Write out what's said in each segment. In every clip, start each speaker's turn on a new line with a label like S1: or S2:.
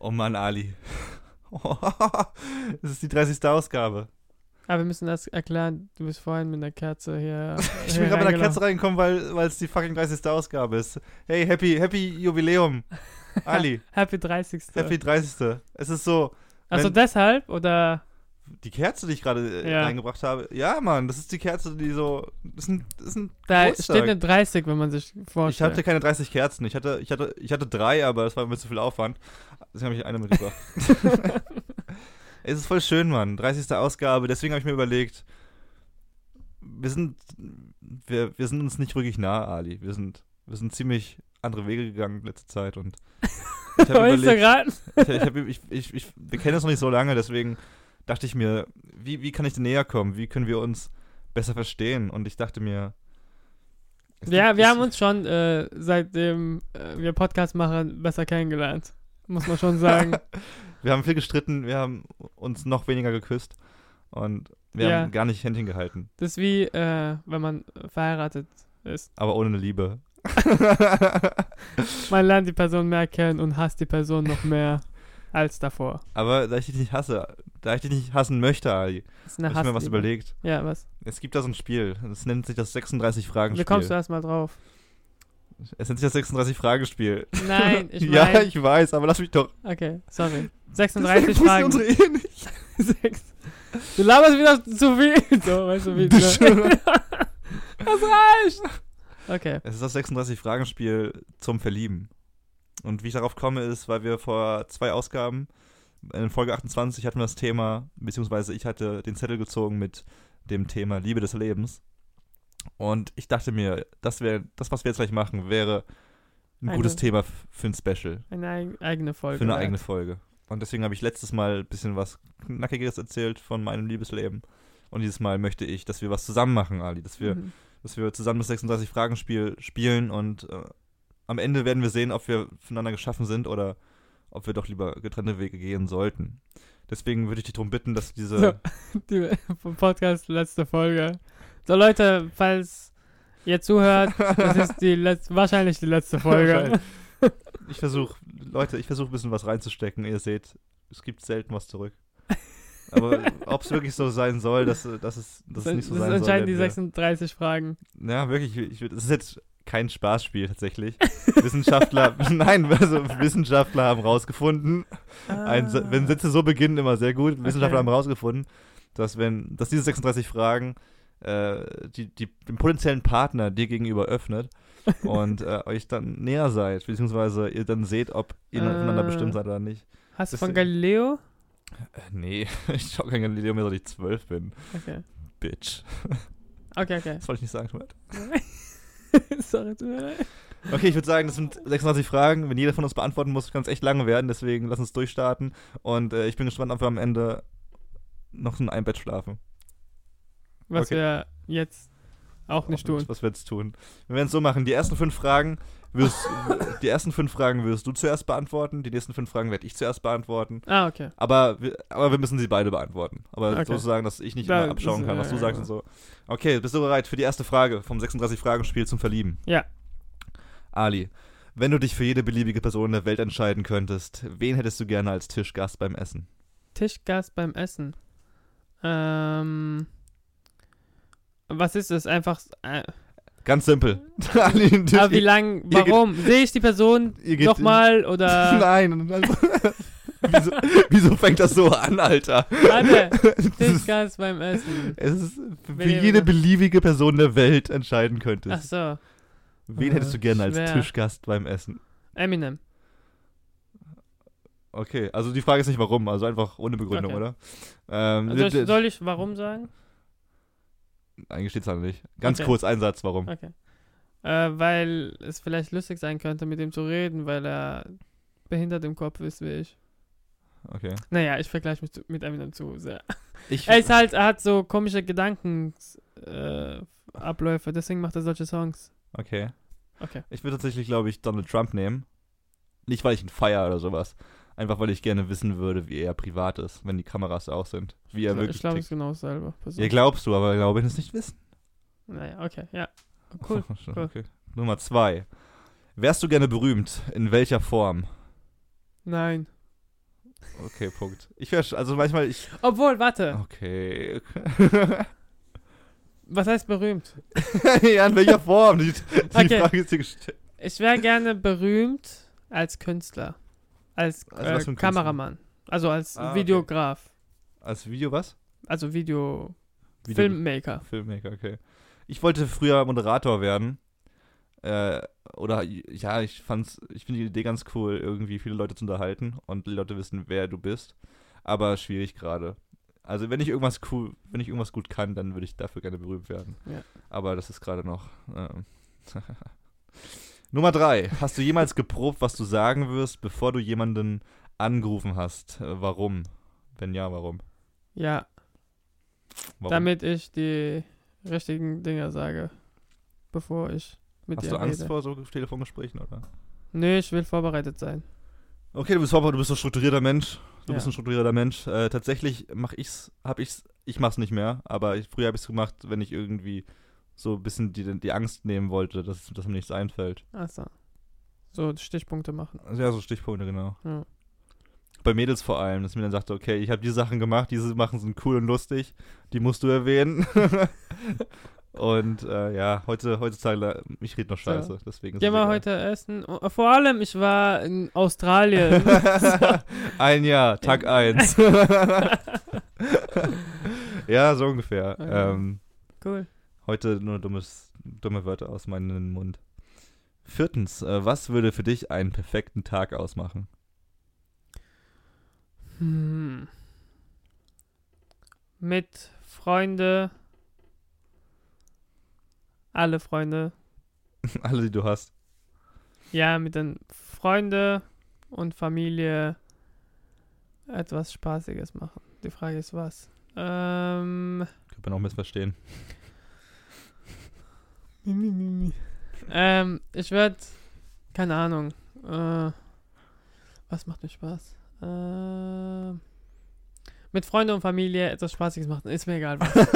S1: Oh Mann, Ali. Das ist die 30. Ausgabe.
S2: Aber wir müssen das erklären, du bist vorhin mit einer Kerze hier.
S1: Ich bin gerade mit einer Kerze reingekommen, weil es die fucking 30. Ausgabe ist. Hey, happy Jubiläum, Ali.
S2: Happy 30.
S1: Happy 30. Es ist so.
S2: Achso, deshalb? Oder?
S1: Die Kerze, die ich gerade reingebracht habe. Ja, Mann, das ist die Kerze, die so. Das ist ein
S2: Da
S1: Geburtstag.
S2: steht eine 30, wenn man sich vorstellt.
S1: Ich hatte keine 30 Kerzen. Ich hatte 3, aber das war mir zu viel Aufwand. Deswegen habe ich eine mitgebracht. Es ist voll schön, Mann. 30. Ausgabe. Deswegen habe ich mir überlegt, wir sind uns nicht wirklich nah, Ali. Wir sind ziemlich andere Wege gegangen in letzter Zeit und ich habe überlegt, wir kennen uns noch nicht so lange, deswegen dachte ich mir, wie kann ich dir näher kommen? Wie können wir uns besser verstehen? Und ich dachte mir,
S2: wir haben uns schon seitdem wir Podcast machen besser kennengelernt, muss man schon sagen.
S1: Wir haben viel gestritten, wir haben uns noch weniger geküsst und wir haben gar nicht Händchen gehalten.
S2: Das ist wie, wenn man verheiratet ist.
S1: Aber ohne eine Liebe.
S2: Man lernt die Person mehr kennen und hasst die Person noch mehr als davor.
S1: Aber da ich dich nicht hassen möchte, Ali, habe ich mir was überlegt.
S2: Ja, was?
S1: Es gibt da so ein Spiel, das nennt sich das 36-Fragen-Spiel.
S2: Wie kommst du erst mal drauf?
S1: Es nennt sich das 36-Fragen-Spiel.
S2: Nein, ich meine...
S1: Ja, ich weiß, aber lass mich doch...
S2: Okay, sorry. 36 Fragen.
S1: Unsere Ehe nicht.
S2: Du laberst wieder zu viel. So, weißt du, wie... Das reicht. Okay.
S1: Es ist das 36-Fragen-Spiel zum Verlieben. Und wie ich darauf komme, ist, weil wir vor 2 Ausgaben, in Folge 28 hatten wir das Thema, beziehungsweise ich hatte den Zettel gezogen mit dem Thema Liebe des Lebens. Und ich dachte mir, das, was wir jetzt gleich machen, wäre ein gutes Thema für ein Special.
S2: Eine eigene Folge.
S1: Für eine eigene Folge. Und deswegen habe ich letztes Mal ein bisschen was Knackiges erzählt von meinem Liebesleben. Und dieses Mal möchte ich, dass wir was zusammen machen, Ali. Dass wir zusammen das 36-Fragen-Spiel spielen und am Ende werden wir sehen, ob wir füreinander geschaffen sind oder ob wir doch lieber getrennte Wege gehen sollten. Deswegen würde ich dich darum bitten, dass
S2: die Podcast letzte Folge. So Leute, falls ihr zuhört, das ist wahrscheinlich die letzte Folge.
S1: Ich versuche ein bisschen was reinzustecken. Ihr seht, es gibt selten was zurück. Aber ob es wirklich so sein soll, dass es nicht so sein soll.
S2: Das entscheiden die 36 Fragen.
S1: Ja, wirklich. Es ist jetzt kein Spaßspiel tatsächlich. Wissenschaftler haben rausgefunden, wenn Sätze so beginnen, immer sehr gut. Wissenschaftler haben rausgefunden, dass diese 36 Fragen den potenziellen Partner dir gegenüber öffnet und euch dann näher seid, beziehungsweise ihr dann seht, ob ihr voneinander bestimmt seid oder nicht.
S2: Hast du von Galileo?
S1: Nee, ich schaue kein Galileo mehr, seit ich 12 bin.
S2: Okay.
S1: Bitch.
S2: Okay.
S1: Das wollte ich nicht sagen, Schmidt.
S2: Sorry, tut mir leid.
S1: Okay, ich würde sagen, das sind 36 Fragen. Wenn jeder von uns beantworten muss, kann es echt lange werden. Deswegen lass uns durchstarten. Und ich bin gespannt, ob wir am Ende noch in einem Bett schlafen.
S2: Was wir jetzt auch nicht tun.
S1: Was wir jetzt tun. Wir werden es so machen. Die ersten 5 Fragen wirst du zuerst beantworten. Die nächsten 5 Fragen werde ich zuerst beantworten.
S2: Ah, okay.
S1: Aber wir müssen sie beide beantworten. Aber
S2: okay.
S1: sozusagen, dass ich nicht immer abschauen kann, was du sagst und so. Okay, bist du bereit für die erste Frage vom 36-Fragen-Spiel zum Verlieben?
S2: Ja.
S1: Ali, wenn du dich für jede beliebige Person der Welt entscheiden könntest, wen hättest du gerne als Tischgast beim Essen?
S2: Tischgast beim Essen? Was ist das? Einfach...
S1: Ganz simpel.
S2: Aber wie lang? Warum? Sehe ich die Person nochmal oder...
S1: Nein. Wieso fängt das so an, Alter?
S2: Warte, Tischgast beim Essen.
S1: Es ist für jede beliebige Person der Welt entscheiden könntest.
S2: Ach so.
S1: Wen hättest du gerne als Tischgast beim Essen?
S2: Eminem.
S1: Okay, also die Frage ist nicht warum, also einfach ohne Begründung, oder?
S2: Soll ich warum sagen?
S1: Eigentlich steht es halt nicht. Ganz kurz, ein Satz, warum?
S2: Okay. Weil es vielleicht lustig sein könnte, mit ihm zu reden, weil er behindert im Kopf ist wie ich.
S1: Okay.
S2: Naja, ich vergleiche mich mit Eminem zu sehr. Er hat so komische Gedankenabläufe, deswegen macht er solche Songs.
S1: Okay. Ich würde tatsächlich, glaube ich, Donald Trump nehmen. Nicht, weil ich ihn feiere oder sowas. Einfach, weil ich gerne wissen würde, wie er privat ist, wenn die Kameras auch sind. Wie er wirklich
S2: Ich glaube es genau selber.
S1: Ja, glaubst du, aber ich glaube, ich es nicht wissen.
S2: Naja, okay, ja. Cool.
S1: Okay. Nummer 2. Wärst du gerne berühmt? In welcher Form?
S2: Nein.
S1: Okay, Punkt. Also manchmal,
S2: Obwohl, warte.
S1: Okay.
S2: Was heißt berühmt?
S1: Ja, in welcher Form? Die
S2: Okay.
S1: Frage ist dir gestellt.
S2: Ich wäre gerne berühmt als Künstler. Als
S1: Also was für ein Künstler?
S2: Kameramann. Also als
S1: Okay.
S2: Videograf.
S1: Als Video was?
S2: Also
S1: Video-
S2: Filmmaker.
S1: Filmmaker, okay. Ich wollte früher Moderator werden. Oder, ja, ich finde die Idee ganz cool, irgendwie viele Leute zu unterhalten und die Leute wissen, wer du bist. Aber schwierig gerade. Also wenn ich irgendwas gut kann, dann würde ich dafür gerne berühmt werden.
S2: Ja.
S1: Aber das ist gerade noch. Nummer 3. Hast du jemals geprobt, was du sagen wirst, bevor du jemanden angerufen hast? Warum? Wenn ja, warum?
S2: Ja,
S1: Warum?
S2: damit ich die richtigen Dinge sage, bevor ich mit
S1: Hast
S2: dir
S1: du Angst
S2: rede.
S1: vor so Telefongesprächen, oder?
S2: Nee, ich will vorbereitet sein.
S1: Okay, du bist ein strukturierter Mensch. Du
S2: Ja.
S1: bist ein strukturierter Mensch. Tatsächlich ich mach's nicht mehr, aber früher habe ich es gemacht, wenn ich irgendwie so ein bisschen die Angst nehmen wollte, dass mir nichts einfällt.
S2: Achso. So Stichpunkte machen.
S1: Also ja, so Stichpunkte, genau.
S2: Ja.
S1: Bei Mädels vor allem, dass mir dann sagte, okay, ich habe die Sachen gemacht, diese Sachen sind cool und lustig, die musst du erwähnen. Und ja, heutzutage, ich rede noch Scheiße, deswegen ist
S2: Gehen
S1: es
S2: wir
S1: egal.
S2: heute essen. Vor allem, ich war in Australien.
S1: Ein Jahr, Tag 1. Ja, so ungefähr.
S2: Ja. Cool.
S1: Heute nur dumme Wörter aus meinem Mund. 4. Was würde für dich einen perfekten Tag ausmachen?
S2: Mit Freunde. Alle Freunde.
S1: Alle, die du hast.
S2: Ja, mit den Freunde und Familie etwas Spaßiges machen. Die Frage ist, was?
S1: Könnte man auch missverstehen.
S2: Ich würde, keine Ahnung, was macht mir Spaß? Mit Freunde und Familie etwas Spaßiges machen. Ist mir egal. Was.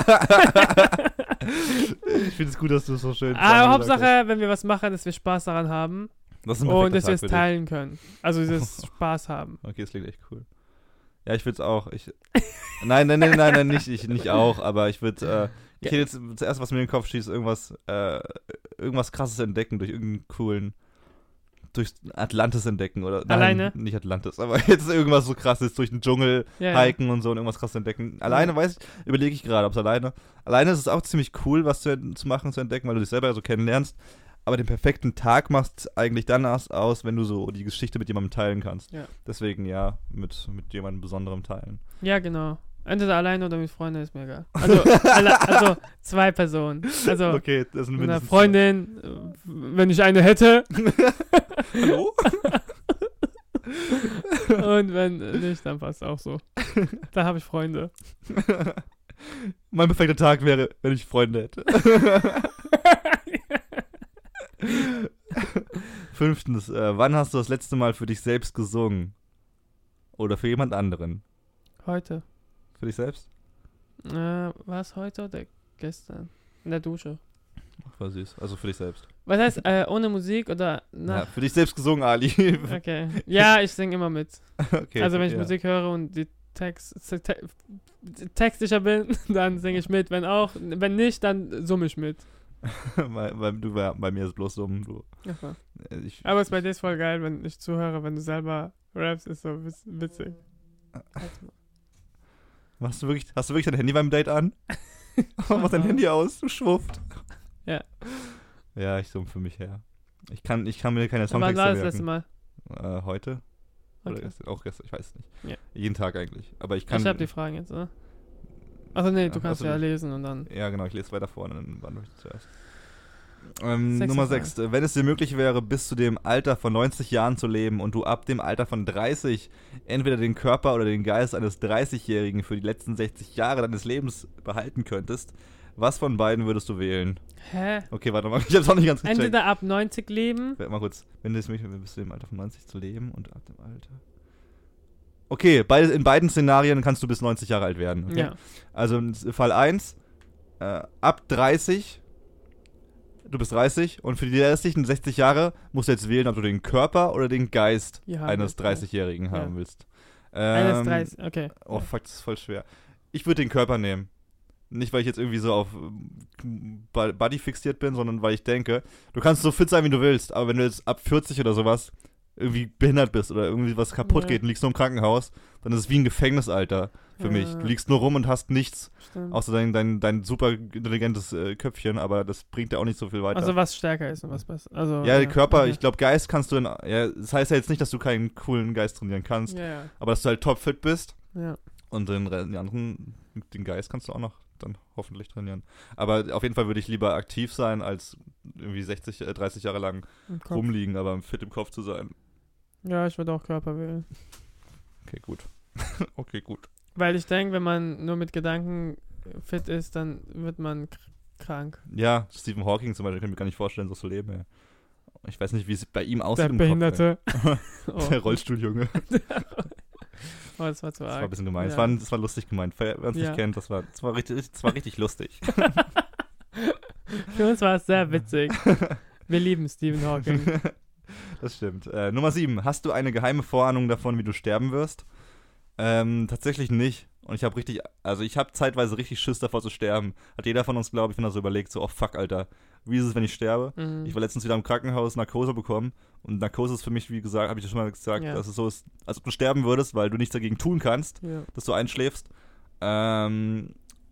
S1: Ich finde es gut, dass du es so schön
S2: Aber Hauptsache, wenn wir was machen, dass wir Spaß daran haben
S1: das ist ein
S2: und
S1: perfekter
S2: dass wir
S1: Tag
S2: es
S1: für dich.
S2: teilen können. Also, dass wir Spaß haben.
S1: Okay, das klingt echt cool. Ja, ich würde es auch. Nein, nicht auch, aber ich würde, ich hätte jetzt zuerst, was mir in den Kopf schießt, irgendwas krasses entdecken durch Atlantis entdecken oder
S2: Alleine?
S1: Nein, nicht Atlantis, aber jetzt irgendwas so krasses durch den Dschungel
S2: Ja,
S1: hiken und so und irgendwas krasses entdecken. Alleine überlege ich gerade, ob es alleine ist es auch ziemlich cool, was zu machen, zu entdecken, weil du dich selber so kennenlernst, aber den perfekten Tag machst eigentlich dann erst aus, wenn du so die Geschichte mit jemandem teilen kannst.
S2: Ja.
S1: Deswegen ja, mit jemandem Besonderem teilen.
S2: Ja, genau. Entweder alleine oder mit Freunden, ist mir egal. Also 2 Personen. Also
S1: Okay, das sind
S2: mit einer
S1: mindestens
S2: Freundin, wenn ich eine hätte.
S1: Hallo?
S2: Und wenn nicht, dann passt auch so. Da habe ich Freunde.
S1: Mein perfekter Tag wäre, wenn ich Freunde hätte. 5. Wann hast du das letzte Mal für dich selbst gesungen? Oder für jemand anderen?
S2: Heute.
S1: Für dich selbst?
S2: War es heute oder gestern? In der Dusche.
S1: Ach, war süß. Also für dich selbst.
S2: Was heißt, ohne Musik oder nach?
S1: Ja, für dich selbst gesungen, Ali.
S2: Okay. Ja, ich singe immer mit.
S1: Okay,
S2: Also wenn ich
S1: ja.
S2: Musik höre und die textsicher bin, dann singe ich mit. Wenn nicht, dann summe ich mit.
S1: Bei mir ist bloß so,
S2: Aha.
S1: ich,
S2: Aber es bei dir ist voll geil, wenn ich zuhöre, wenn du selber rappst, ist so witzig.
S1: hast du wirklich dein Handy beim Date an? Mach dein Handy aus, du Schwuft.
S2: Ja.
S1: Ja, ich summe für mich her. Ich kann mir keine
S2: Wann war
S1: Songtexte
S2: das letzte
S1: merken.
S2: Mal?
S1: Heute? Oder
S2: Okay.
S1: gestern? Auch gestern, ich weiß es nicht.
S2: Ja.
S1: Jeden Tag eigentlich. Aber ich kann.
S2: Ich habe die Fragen jetzt, oder? Achso, nee, du
S1: Ach,
S2: kannst
S1: hast du
S2: ja
S1: nicht?
S2: lesen und dann.
S1: Ja, genau, ich lese weiter vorne, dann beantworte ich zuerst.
S2: Sechste
S1: Nummer
S2: Frage.
S1: 6. Wenn es dir möglich wäre, bis zu dem Alter von 90 Jahren zu leben und du ab dem Alter von 30 entweder den Körper oder den Geist eines 30-Jährigen für die letzten 60 Jahre deines Lebens behalten könntest, was von beiden würdest du wählen?
S2: Hä?
S1: Okay, warte mal, ich hab's auch nicht ganz gecheckt.
S2: Entweder ab 90 leben.
S1: Warte mal kurz. Wenn es möglich wäre, bis zu dem Alter von 90 zu leben und ab dem Alter... Okay, in beiden Szenarien kannst du bis 90 Jahre alt werden. Okay?
S2: Ja.
S1: Also in Fall 1, ab 30, du bist 30 und für die restlichen 60 Jahre musst du jetzt wählen, ob du den Körper oder den Geist
S2: Ja,
S1: eines
S2: das-
S1: 30-Jährigen
S2: Ja.
S1: haben willst.
S2: 1,30, okay.
S1: Oh fuck, das ist voll schwer. Ich würde den Körper nehmen. Nicht, weil ich jetzt irgendwie so auf Body fixiert bin, sondern weil ich denke, du kannst so fit sein, wie du willst, aber wenn du jetzt ab 40 oder sowas irgendwie behindert bist oder irgendwie was kaputt geht und liegst nur im Krankenhaus, dann ist es wie ein Gefängnisalter für mich. Du liegst nur rum und hast nichts, außer dein super intelligentes Köpfchen, aber das bringt dir auch nicht so viel weiter.
S2: Also was stärker ist und was besser. Also,
S1: ja, der Körper, okay. Ich glaube, Geist kannst du das heißt ja jetzt nicht, dass du keinen coolen Geist trainieren kannst, aber dass du halt topfit bist und den anderen, den Geist kannst du auch noch dann hoffentlich trainieren. Aber auf jeden Fall würde ich lieber aktiv sein, als irgendwie 30 Jahre lang rumliegen, aber fit im Kopf zu sein.
S2: Ja, ich würde auch Körper wählen.
S1: Okay, gut. Okay, gut.
S2: Weil ich denke, wenn man nur mit Gedanken fit ist, dann wird man krank.
S1: Ja, Stephen Hawking zum Beispiel, kann ich mir gar nicht vorstellen, so zu leben. Ey. Ich weiß nicht, wie es bei ihm aussieht
S2: Der
S1: im
S2: Behinderte.
S1: Kopf. Der Rollstuhljunge.
S2: Oh, das war zu arg.
S1: Das war ein bisschen gemein.
S2: Ja.
S1: Das war lustig gemeint. Wer uns nicht kennt, das war richtig lustig.
S2: Für uns war es sehr witzig. Wir lieben Stephen Hawking.
S1: Das stimmt. Nummer 7. Hast du eine geheime Vorahnung davon, wie du sterben wirst? Tatsächlich nicht. Und ich habe zeitweise richtig Schiss davor zu sterben. Hat jeder von uns, glaube ich, wenn er so überlegt, so, oh fuck, Alter, wie ist es, wenn ich sterbe? Ich war letztens wieder im Krankenhaus Narkose bekommen. Und Narkose ist für mich, wie gesagt, habe ich dir schon mal gesagt, dass es so ist, als ob du sterben würdest, weil du nichts dagegen tun kannst, dass du einschläfst. Mein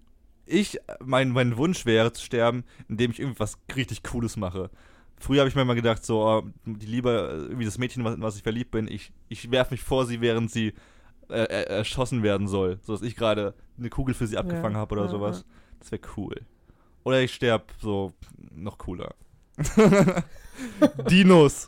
S1: Wunsch wäre zu sterben, indem ich irgendwas richtig Cooles mache. Früher habe ich mir immer gedacht, so, die Liebe, irgendwie das Mädchen, in was ich verliebt bin, ich werfe mich vor sie, während sie erschossen werden soll, sodass ich gerade eine Kugel für sie abgefangen habe oder sowas. Das wäre cool. Oder ich sterbe so noch cooler. Dinos.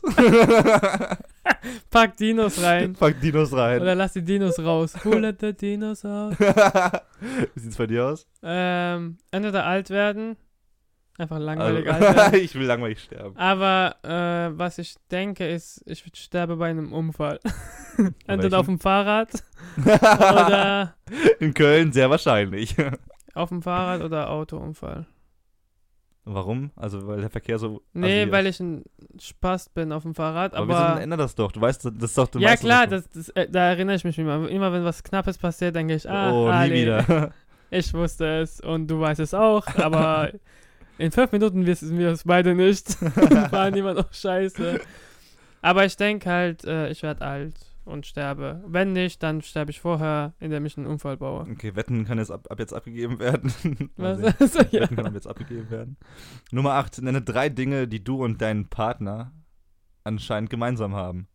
S2: Pack Dinos rein.
S1: Oder
S2: lass die Dinos raus. Who let the Dinos out?
S1: Wie sieht's bei dir aus?
S2: Entweder alt werden. Einfach langweilig alt werden.
S1: Ich will langweilig sterben.
S2: Aber was ich denke ist, ich sterbe bei einem Unfall. Entweder auf dem Fahrrad oder...
S1: In Köln sehr wahrscheinlich.
S2: Auf dem Fahrrad oder Autounfall.
S1: Warum? Also, weil der Verkehr so...
S2: Nee, weil ich ein Spast bin auf dem Fahrrad, aber...
S1: wieso ändert das doch? Du weißt, das ist doch...
S2: Ja klar, da erinnere ich mich immer. Immer wenn was Knappes passiert, denke ich,
S1: nie wieder.
S2: Ich wusste es und du weißt es auch, aber in 5 Minuten wissen wir es beide nicht. War niemand auch scheiße. Aber ich denke halt, ich werde alt und sterbe. Wenn nicht, dann sterbe ich vorher, indem ich einen Unfall baue.
S1: Okay, Wetten kann jetzt ab jetzt abgegeben werden.
S2: Was?
S1: Wetten kann ab jetzt abgegeben werden. Nummer 8. Nenne 3 Dinge, die du und dein Partner anscheinend gemeinsam haben.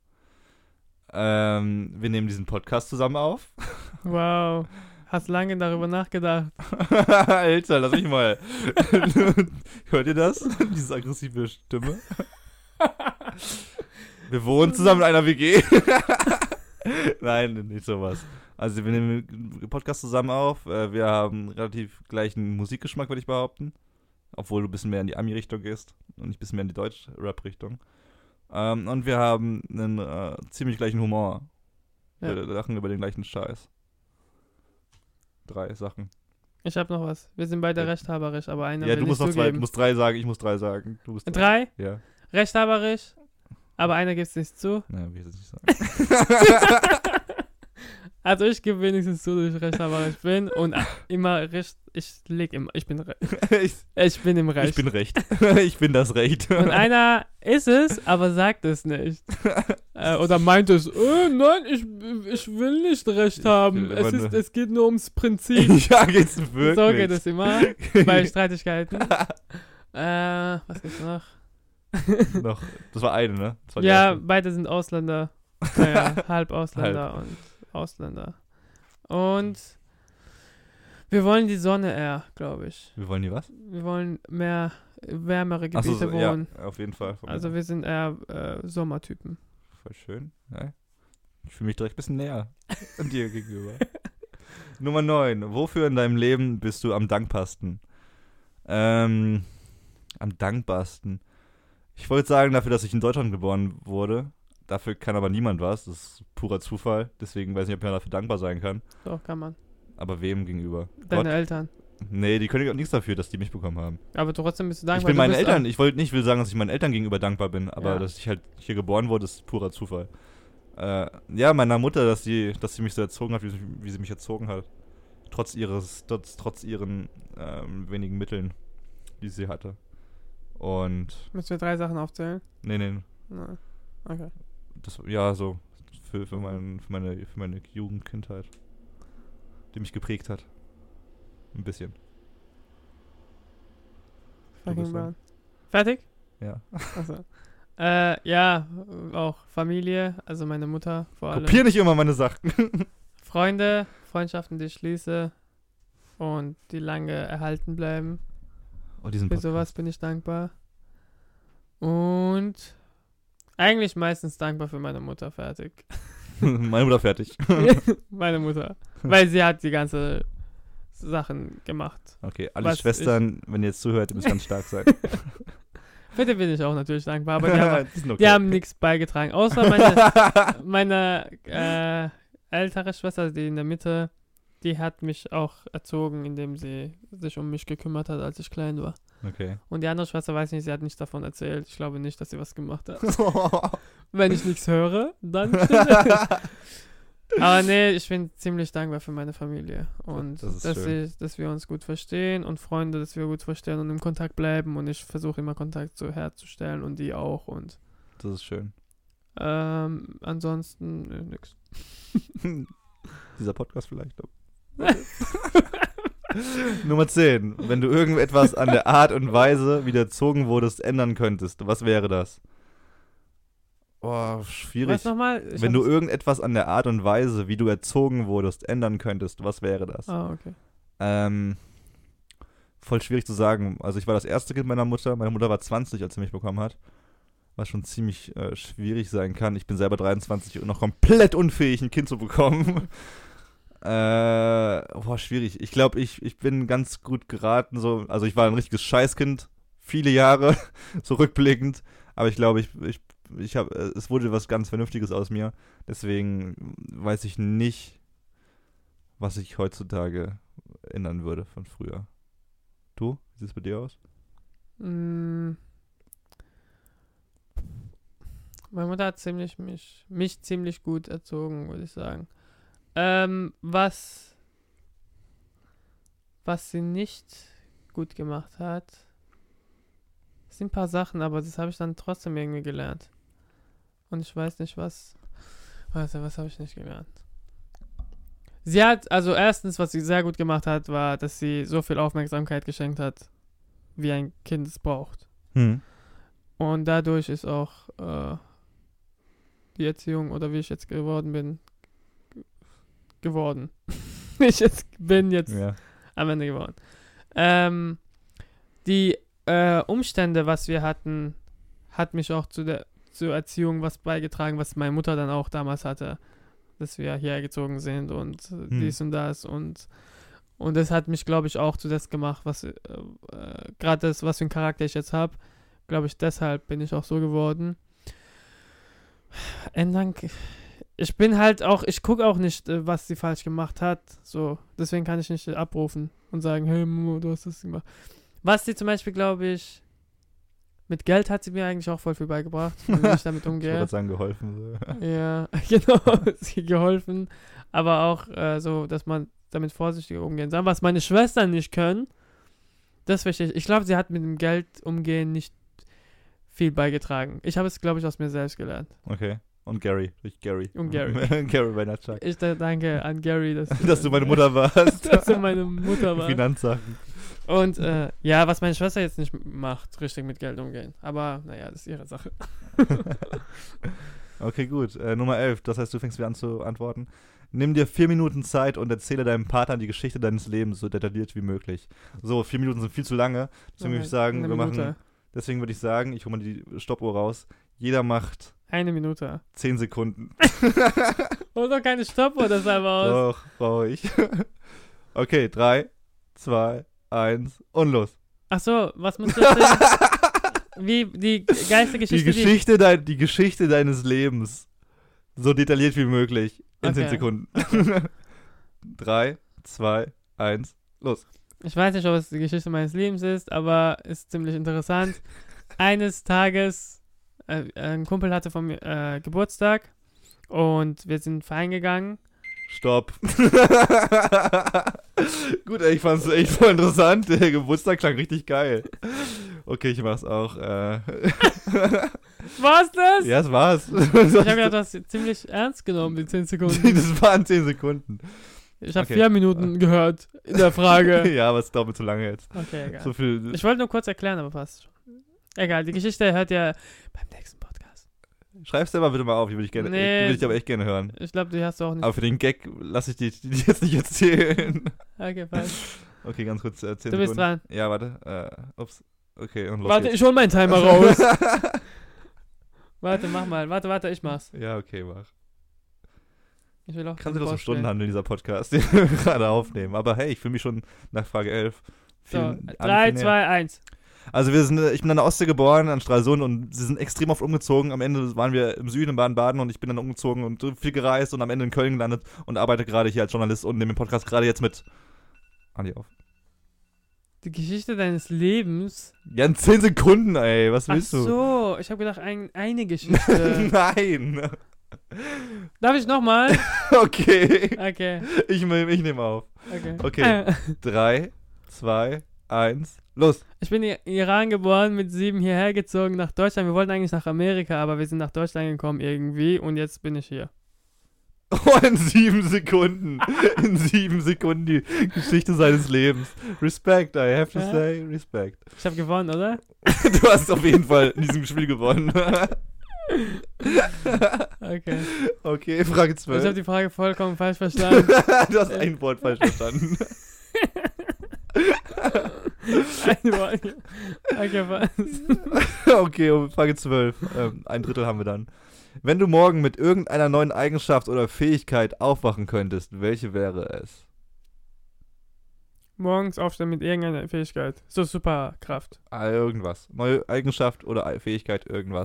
S1: Wir nehmen diesen Podcast zusammen auf.
S2: Wow. Hast lange darüber nachgedacht.
S1: Alter, lass mich mal. Hört ihr das? Diese aggressive Stimme. Wir wohnen zusammen in einer WG. Nein, nicht sowas. Also wir nehmen den Podcast zusammen auf. Wir haben relativ gleichen Musikgeschmack, würde ich behaupten. Obwohl du ein bisschen mehr in die Ami-Richtung gehst und ich ein bisschen mehr in die Deutsch-Rap-Richtung. Und wir haben einen ziemlich gleichen Humor. Wir lachen über den gleichen Scheiß. 3 Sachen.
S2: Ich habe noch was. Wir sind beide rechthaberisch, aber einer
S1: will
S2: nicht
S1: musst
S2: zugeben.
S1: Ja, du musst 3 sagen, ich muss 3 sagen. Du musst
S2: 3?
S1: Ja.
S2: Rechthaberisch, aber einer gibt es nicht zu.
S1: Naja, will ich jetzt nicht sagen.
S2: Also ich gebe wenigstens zu, dass ich rechthaberisch bin und immer recht, ich bin im Recht.
S1: Ich bin Recht. Ich bin das Recht.
S2: Und einer ist es, aber sagt es nicht. Oder meint es, nein, ich will nicht Recht haben. Es geht nur ums Prinzip.
S1: Ja, geht's wirklich.
S2: So geht es immer bei Streitigkeiten. Was gibt's noch?
S1: Das war eine, ne? Das war
S2: ja, beide sind Ausländer. Naja, halb Ausländer und Ausländer. Und wir wollen die Sonne eher, glaube ich.
S1: Wir wollen die was?
S2: Wir wollen mehr wärmere Gebiete wohnen.
S1: Ja, auf jeden Fall.
S2: Also wir sind eher Sommertypen.
S1: Voll schön. Ja. Ich fühle mich direkt ein bisschen näher an dir gegenüber. Nummer 9. Wofür in deinem Leben bist du am dankbarsten? Am dankbarsten. Ich wollte sagen, dafür, dass ich in Deutschland geboren wurde. Dafür kann aber niemand was. Das ist purer Zufall. Deswegen weiß ich nicht, ob man dafür dankbar sein kann.
S2: Doch, kann man.
S1: Aber wem gegenüber?
S2: Deine Eltern.
S1: Nee, die können auch nichts dafür, dass die mich bekommen haben.
S2: Aber trotzdem bist du dankbar.
S1: Ich bin meinen Eltern, ich will sagen, dass ich meinen Eltern gegenüber dankbar bin, aber dass ich halt hier geboren wurde, ist purer Zufall. Ja, meiner Mutter, dass sie mich so erzogen hat, wie sie mich erzogen hat. Trotz ihren wenigen Mitteln, die sie hatte. Und.
S2: Müssen wir 3 Sachen aufzählen?
S1: Nee.
S2: Nein. Okay.
S1: Ja, so für meine Jugend, Kindheit, die mich geprägt hat. Ein bisschen.
S2: Fucking Brown. Fertig?
S1: Ja.
S2: Achso. Ja, auch Familie, also meine Mutter vor allem.
S1: Kopier nicht immer meine Sachen.
S2: Freunde, Freundschaften, die ich schließe und die lange erhalten bleiben. Für sowas bin ich dankbar. Und eigentlich meistens dankbar für meine Mutter, fertig.
S1: Meine Mutter fertig.
S2: Meine Mutter. Weil sie hat die ganze Sachen gemacht.
S1: Okay, alle Schwestern, wenn ihr jetzt zuhört, ihr müsst ganz stark sein.
S2: Für die bin ich auch natürlich dankbar, aber
S1: okay.
S2: Die haben nichts beigetragen. Außer meine ältere Schwester, die in der Mitte, die hat mich auch erzogen, indem sie sich um mich gekümmert hat, als ich klein war.
S1: Okay.
S2: Und die andere Schwester, weiß ich nicht, sie hat nichts davon erzählt. Ich glaube nicht, dass sie was gemacht hat. Wenn ich nichts höre, dann stimmt. Aber nee, ich bin ziemlich dankbar für meine Familie. Und dass wir uns gut verstehen und Freunde, dass wir gut verstehen und im Kontakt bleiben. Und ich versuche immer Kontakt herzustellen und die auch. Und
S1: das ist schön.
S2: Ansonsten nix.
S1: Dieser Podcast vielleicht. Nummer 10. Wenn du irgendetwas an der Art und Weise, wie du erzogen wurdest, ändern könntest, was wäre das? Oh, schwierig.
S2: Was nochmal?
S1: Wenn du irgendetwas an der Art und Weise, wie du erzogen wurdest, ändern könntest, was wäre das?
S2: Ah, okay.
S1: Voll schwierig zu sagen. Also ich war das erste Kind meiner Mutter. Meine Mutter war 20, als sie mich bekommen hat. Was schon ziemlich schwierig sein kann. Ich bin selber 23 und noch komplett unfähig, ein Kind zu bekommen. Schwierig. Ich glaube, ich bin ganz gut geraten. So. Also ich war ein richtiges Scheißkind. Viele Jahre, so rückblickend. Aber ich glaube, es wurde was ganz Vernünftiges aus mir. Deswegen weiß ich nicht, was ich heutzutage ändern würde von früher. Du? Wie sieht es bei dir aus?
S2: Meine Mutter hat mich ziemlich gut erzogen, würde ich sagen. Was sie nicht gut gemacht hat, sind ein paar Sachen, aber das habe ich dann trotzdem irgendwie gelernt. Und ich weiß nicht, was habe ich nicht gelernt? Sie hat, also erstens, was sie sehr gut gemacht hat, war, dass sie so viel Aufmerksamkeit geschenkt hat, wie ein Kind es braucht. Und dadurch ist auch die Erziehung, oder wie ich jetzt geworden bin, am Ende geworden. Die Umstände, was wir hatten, hat mich auch zur Erziehung was beigetragen, was meine Mutter dann auch damals hatte, dass wir hierher gezogen sind und dies und das und das hat mich, glaube ich, auch zu das gemacht, was gerade das, was für einen Charakter ich jetzt habe, glaube ich, deshalb bin ich auch so geworden. Ändern, ich bin halt auch, ich gucke auch nicht, was sie falsch gemacht hat, so, deswegen kann ich nicht abrufen und sagen, hey Mama, du hast das gemacht. Was sie zum Beispiel, glaube ich, mit Geld hat sie mir eigentlich auch voll viel beigebracht, wie ich damit umgehe.
S1: Ich wollte sagen, geholfen. So.
S2: Ja, genau, sie geholfen, aber auch so, dass man damit vorsichtig umgehen soll. Was meine Schwestern nicht können, das verstehe ich. Ich glaube, sie hat mit dem Geld umgehen nicht viel beigetragen. Ich habe es, glaube ich, aus mir selbst gelernt.
S1: Okay. Und Gary.
S2: Und Gary.
S1: Gary Vaynerchuk.
S2: Ich danke an Gary,
S1: dass du meine Mutter warst.
S2: dass du meine Mutter warst.
S1: Finanzsachen.
S2: Und ja, was meine Schwester jetzt nicht macht, richtig mit Geld umgehen. Aber naja, das ist ihre Sache.
S1: Okay, gut. Nummer 11. Das heißt, du fängst wieder an zu antworten. Nimm dir 4 Minuten Zeit und erzähle deinem Partner die Geschichte deines Lebens so detailliert wie möglich. So, 4 Minuten sind viel zu lange. Deswegen würde ich sagen, deswegen würde ich sagen, ich hole mal die Stoppuhr raus. Jeder macht
S2: 1 Minute.
S1: 10 Sekunden.
S2: Und doch keine Stoppuhr, das einfach aus.
S1: Doch, brauche ich. Okay, 3, 2, 1 und los.
S2: Ach so, was musst du erzählen? Wie die geilste Geschichte?
S1: Die Geschichte deines Lebens. So detailliert wie möglich. In 10 Sekunden. Okay. 3, 2, 1, los.
S2: Ich weiß nicht, ob es die Geschichte meines Lebens ist, aber ist ziemlich interessant. Eines Tages, ein Kumpel hatte von mir Geburtstag Und wir sind feiern gegangen.
S1: Stopp. Gut, ey, ich fand's echt voll interessant. Der Geburtstag klang richtig geil. Okay, ich mach's auch.
S2: War's das?
S1: Ja, es war's.
S2: Ich habe gedacht, du hast ziemlich ernst genommen, die 10 Sekunden.
S1: Das waren 10 Sekunden.
S2: Ich habe
S1: Okay.
S2: 4 Minuten gehört in der Frage.
S1: Ja, aber es dauert mir zu lange jetzt.
S2: Okay, egal.
S1: So viel.
S2: Ich wollte nur kurz erklären, aber passt schon. Egal, die Geschichte hört ihr beim nächsten Podcast.
S1: Schreib's dir mal bitte mal auf, die würde ich gerne.
S2: Nee.
S1: Die würde ich aber echt gerne hören.
S2: Ich glaube, die hast du auch nicht.
S1: Aber für den Gag lasse ich die jetzt nicht erzählen.
S2: Okay, falsch.
S1: Okay, ganz kurz 10
S2: Du
S1: Sekunden.
S2: bist dran.
S1: Ja, warte. Ups. Okay, und los
S2: Warte,
S1: geht's.
S2: ich hol meinen Timer raus. Warte, mach mal. Warte, ich mach's.
S1: Ja, okay, mach.
S2: Ich will auch
S1: Kann
S2: den
S1: sich das um
S2: Boss
S1: Stunden
S2: spielen.
S1: handeln, dieser Podcast, den wir gerade aufnehmen. Aber hey, ich fühle mich schon nach Frage 11.
S2: So,
S1: viel
S2: 3,
S1: näher.
S2: 2, 1.
S1: Also ich bin an der Ostsee geboren, an Stralsund, und sie sind extrem oft umgezogen. Am Ende waren wir im Süden in Baden-Baden und ich bin dann umgezogen und viel gereist und am Ende in Köln gelandet und arbeite gerade hier als Journalist und nehme den Podcast gerade jetzt mit Andi auf.
S2: Die Geschichte deines Lebens.
S1: Ja, in 10 Sekunden, ey. Was
S2: Ach
S1: willst du?
S2: so, ich habe gedacht, eine Geschichte.
S1: Nein.
S2: Darf ich nochmal?
S1: Okay.
S2: Okay,
S1: Ich nehme auf.
S2: okay.
S1: Okay. 3, 2, 1, los.
S2: Ich bin in Iran geboren, mit 7 hierher gezogen nach Deutschland. Wir wollten eigentlich nach Amerika, aber wir sind nach Deutschland gekommen irgendwie und jetzt bin ich hier.
S1: Oh, in 7 Sekunden. In 7 Sekunden die Geschichte seines Lebens. Respect, I have to
S2: Ja.
S1: say, respect.
S2: Ich habe gewonnen, oder?
S1: Du hast auf jeden Fall in diesem Spiel gewonnen.
S2: Okay.
S1: Okay, Frage
S2: Ich habe
S1: 12.
S2: die Frage vollkommen falsch verstanden.
S1: Du hast ein Wort falsch verstanden.
S2: Ein Wort. Okay, was?
S1: Okay, Frage 12. Ein Drittel haben wir dann. Wenn du morgen mit irgendeiner neuen Eigenschaft oder Fähigkeit aufwachen könntest, welche wäre es?
S2: Morgens aufstehen mit irgendeiner Fähigkeit. So Superkraft.
S1: Irgendwas. Neue Eigenschaft oder Fähigkeit, irgendwas.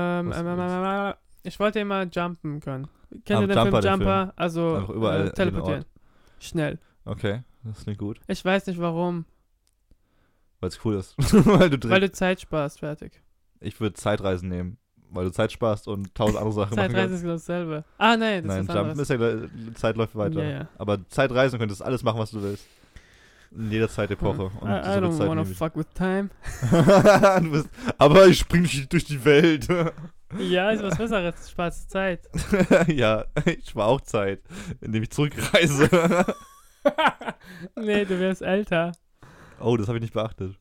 S2: Ich wollte immer jumpen können. Kennt ihr den
S1: Jumper,
S2: Film
S1: der
S2: Jumper? Also
S1: Einfach überall an
S2: teleportieren. Schnell.
S1: Okay, das klingt gut.
S2: Ich weiß nicht warum.
S1: Weil es cool ist. Weil du
S2: Weil du Zeit sparst, fertig.
S1: Ich würde Zeitreisen nehmen. Weil du Zeit sparst und 1000 andere Sachen machen
S2: Zeitreise
S1: kannst.
S2: ist genau dasselbe. Ah, nein, das
S1: Nein,
S2: ist was
S1: Jumpen
S2: anderes.
S1: ist ja, Zeit läuft weiter.
S2: Ja, ja.
S1: Aber Zeitreisen könntest du alles machen, was du willst. In jeder Zeitepoche. Und
S2: I
S1: so viel
S2: don't
S1: Zeit
S2: wanna
S1: nehme ich.
S2: fuck with time.
S1: Aber ich spring nicht durch die Welt.
S2: Ja, ist was Besseres. Du sparst Zeit.
S1: Ja, ich spare auch Zeit, indem ich zurückreise.
S2: Nee, du wirst älter.
S1: Oh, das habe ich nicht beachtet.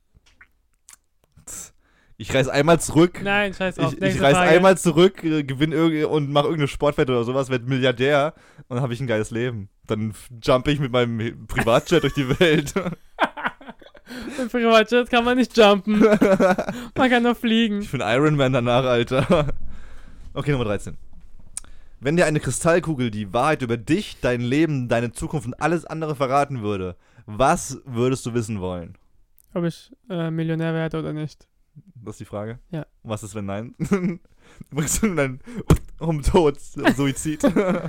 S1: Ich reise einmal zurück.
S2: Nein, scheiß auf.
S1: Ich
S2: Nächste
S1: reise
S2: Frage.
S1: einmal zurück, gewinne und mache irgendeine Sportwette oder sowas, werde Milliardär und dann habe ich ein geiles Leben. Dann jumpe ich mit meinem Privatjet durch die Welt.
S2: Im Privatjet kann man nicht jumpen. Man kann nur fliegen.
S1: Ich bin Iron Man danach, Alter. Okay, Nummer 13. Wenn dir eine Kristallkugel die Wahrheit über dich, dein Leben, deine Zukunft und alles andere verraten würde, was würdest du wissen wollen?
S2: Ob ich Millionär werde oder nicht.
S1: Das ist die Frage.
S2: Ja.
S1: Was ist, wenn nein? Bringst du dann um Tod, Suizid?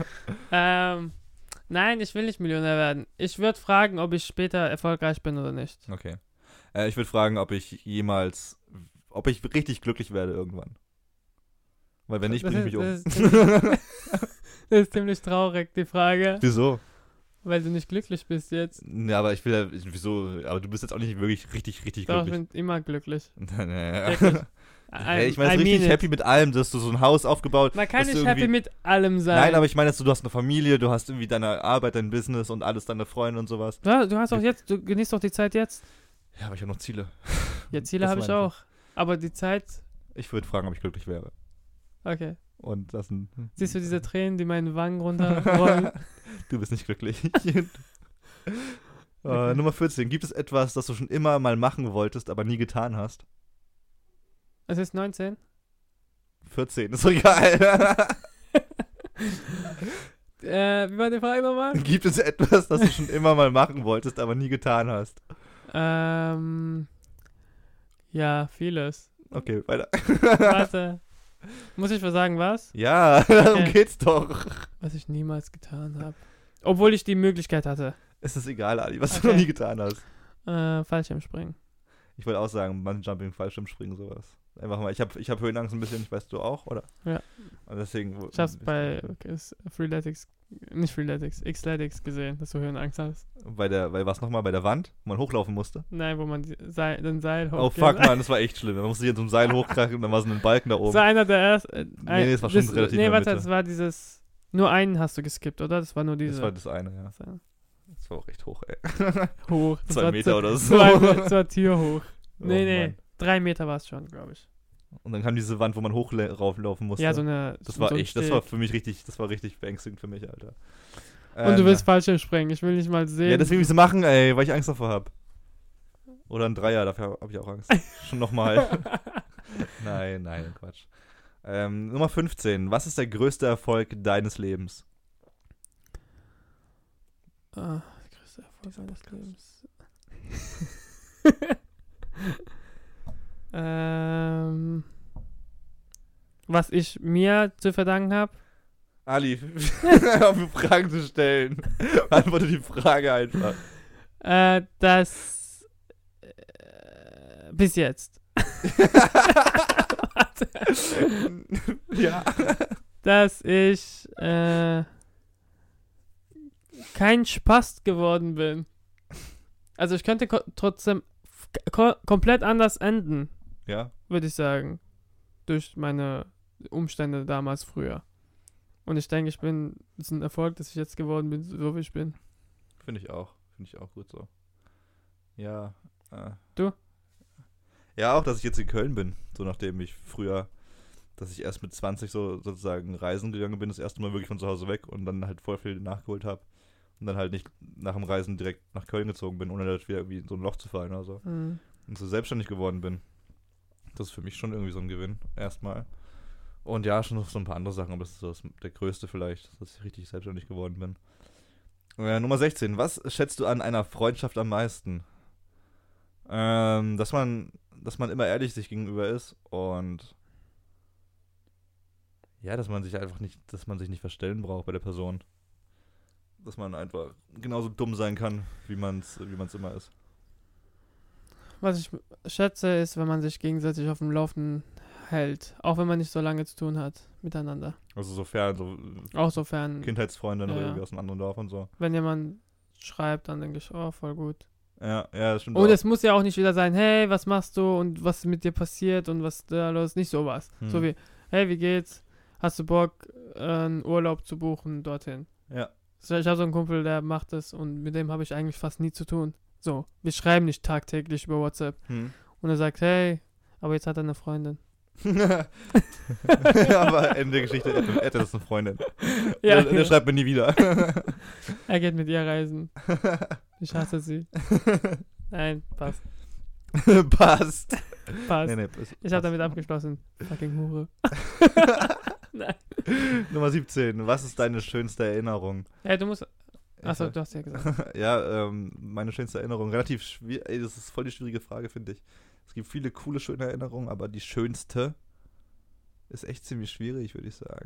S2: Nein, ich will nicht Millionär werden. Ich würde fragen, ob ich später erfolgreich bin oder nicht.
S1: Okay. Ich würde fragen, ob ich richtig glücklich werde irgendwann. Weil wenn nicht, bringe ich mich um.
S2: Das ist ziemlich traurig, die Frage.
S1: Wieso?
S2: Weil du nicht glücklich bist jetzt.
S1: Ja, aber wieso? Aber du bist jetzt auch nicht wirklich richtig
S2: Doch, ich
S1: glücklich.
S2: bin immer glücklich.
S1: Nee.
S2: Wirklich.
S1: Hey, ich meine,
S2: I
S1: richtig
S2: mean it.
S1: happy mit allem, dass du so ein Haus aufgebaut.
S2: Man kann
S1: dass du
S2: nicht happy
S1: irgendwie-
S2: mit allem sein.
S1: Nein, aber ich meine, du hast eine Familie, du hast irgendwie deine Arbeit, dein Business und alles, deine Freunde und sowas.
S2: Ja, du hast auch jetzt, du genießt doch die Zeit jetzt.
S1: Ja, aber ich habe noch Ziele.
S2: Ja, Ziele
S1: Das
S2: habe ich
S1: meine ich.
S2: auch. Aber die Zeit,
S1: Ich würde fragen, ob ich glücklich wäre.
S2: okay.
S1: Und das ein.
S2: Siehst du diese Tränen, die meinen Wangen runterrollen?
S1: Du bist nicht glücklich.
S2: Okay.
S1: Nummer 14. Gibt es etwas, das du schon immer mal machen wolltest, aber nie getan hast?
S2: Es ist 19.
S1: 14, ist doch egal.
S2: Wie war die Frage nochmal?
S1: Gibt es etwas, das du schon immer mal machen wolltest, aber nie getan hast?
S2: Ja, vieles.
S1: Okay, weiter.
S2: Warte. Muss ich sagen, was?
S1: Ja, darum
S2: Okay.
S1: geht's doch.
S2: Was ich niemals getan habe. Obwohl ich die Möglichkeit hatte.
S1: Es ist egal, Ali, was du
S2: Okay.
S1: noch nie getan hast.
S2: Fallschirmspringen.
S1: Ich wollte auch sagen, Bungee-Jumping, Fallschirmspringen, sowas. Einfach mal, ich hab Höhenangst ein bisschen, ich weiß, du auch, oder?
S2: Ja.
S1: Und deswegen...
S2: Ich hab's bei Xletics gesehen, dass du Höhenangst hast.
S1: Bei was nochmal? Bei der Wand, wo man hochlaufen musste?
S2: Nein, wo man den Seil hoch.
S1: Oh fuck, Mann, das war echt schlimm. Man musste sich in so einem Seil hochkrachen und dann war so ein Balken da oben.
S2: Das war einer der ersten.
S1: Nee, das war schon relativ
S2: Nee,
S1: in der
S2: warte,
S1: Mitte.
S2: das war dieses. Nur einen hast du geskippt, oder? Das war nur diese.
S1: Das war das eine, ja.
S2: Das war
S1: Das war auch echt hoch, ey.
S2: hoch.
S1: 2 Meter oder so.
S2: Das war tierhoch.
S1: Oh,
S2: Nee.
S1: Mann.
S2: 3 Meter war es schon, glaube ich.
S1: Und dann kam diese Wand, wo man hochlaufen musste.
S2: Ja, so eine.
S1: Das
S2: so
S1: war
S2: ein
S1: echt, das
S2: Steg.
S1: war für mich richtig, das war richtig beängstigend für mich, Alter.
S2: Und du willst Fallschirm sprengen. Ich will nicht mal sehen.
S1: Ja, deswegen will ich es machen, ey, weil ich Angst davor habe. Oder ein Dreier, dafür habe ich auch Angst. Schon nochmal. Nein, Quatsch. Nummer 15. Was ist der größte Erfolg deines Lebens?
S2: Der größte Erfolg meines Lebens. Was ich mir zu verdanken habe.
S1: Ali, auf mir Fragen zu stellen. Beantworte die Frage einfach.
S2: Das bis jetzt.
S1: Ja.
S2: Dass ich kein Spast geworden bin. Also ich könnte trotzdem komplett anders enden,
S1: Ja.
S2: würde ich sagen. Durch meine Umstände damals früher. Und ich denke, es ist ein Erfolg, dass ich jetzt geworden bin, so wie ich bin.
S1: Finde ich auch gut so. Ja.
S2: Du?
S1: Ja, auch, dass ich jetzt in Köln bin. So nachdem ich früher, dass ich erst mit 20 so sozusagen reisen gegangen bin, das erste Mal wirklich von zu Hause weg und dann halt voll viel nachgeholt habe. Und dann halt nicht nach dem Reisen direkt nach Köln gezogen bin, ohne halt wieder irgendwie in so ein Loch zu fallen oder so.
S2: Mhm.
S1: Und so selbstständig geworden bin. Das ist für mich schon irgendwie so ein Gewinn, erstmal. Und ja, schon noch so ein paar andere Sachen, aber das ist so der größte vielleicht, dass ich richtig selbstständig geworden bin. Nummer 16. Was schätzt du an einer Freundschaft am meisten? Dass man immer ehrlich sich gegenüber ist und ja, dass man sich nicht verstellen braucht bei der Person. Dass man einfach genauso dumm sein kann, wie man's immer ist.
S2: Was ich schätze, ist, wenn man sich gegenseitig auf dem Laufenden hält. Auch wenn man nicht so lange zu tun hat miteinander.
S1: Also sofern, so
S2: Auch sofern,
S1: Kindheitsfreundin oder
S2: ja.
S1: irgendwie aus einem anderen Dorf und so.
S2: wenn jemand schreibt, dann denke ich, oh, voll gut.
S1: Ja, das stimmt
S2: Und
S1: auch.
S2: es muss ja auch nicht wieder sein, hey, was machst du und was mit dir passiert und was da los, nicht sowas. So wie, hey, wie geht's? Hast du Bock, einen Urlaub zu buchen dorthin?
S1: Ja.
S2: So, ich habe so einen Kumpel, der macht das und mit dem habe ich eigentlich fast nie zu tun. So, wir schreiben nicht tagtäglich über WhatsApp. Und er sagt, hey, aber jetzt hat er eine Freundin.
S1: Aber Ende der Geschichte, er hätte das eine Freundin.
S2: Ja,
S1: Der schreibt mir nie wieder.
S2: er geht mit ihr reisen. Ich hasse sie. Nein, passt.
S1: Passt.
S2: Passt.
S1: Nee,
S2: Ich habe damit abgeschlossen. Fucking Hure. Nein.
S1: Nummer 17. Was ist deine schönste Erinnerung?
S2: Ja, du musst. Achso, du hast ja gesagt.
S1: Ja, meine schönste Erinnerung. Relativ schwierig. Ey, das ist voll die schwierige Frage, finde ich. Es gibt viele coole, schöne Erinnerungen, aber die schönste ist echt ziemlich schwierig, würde ich sagen.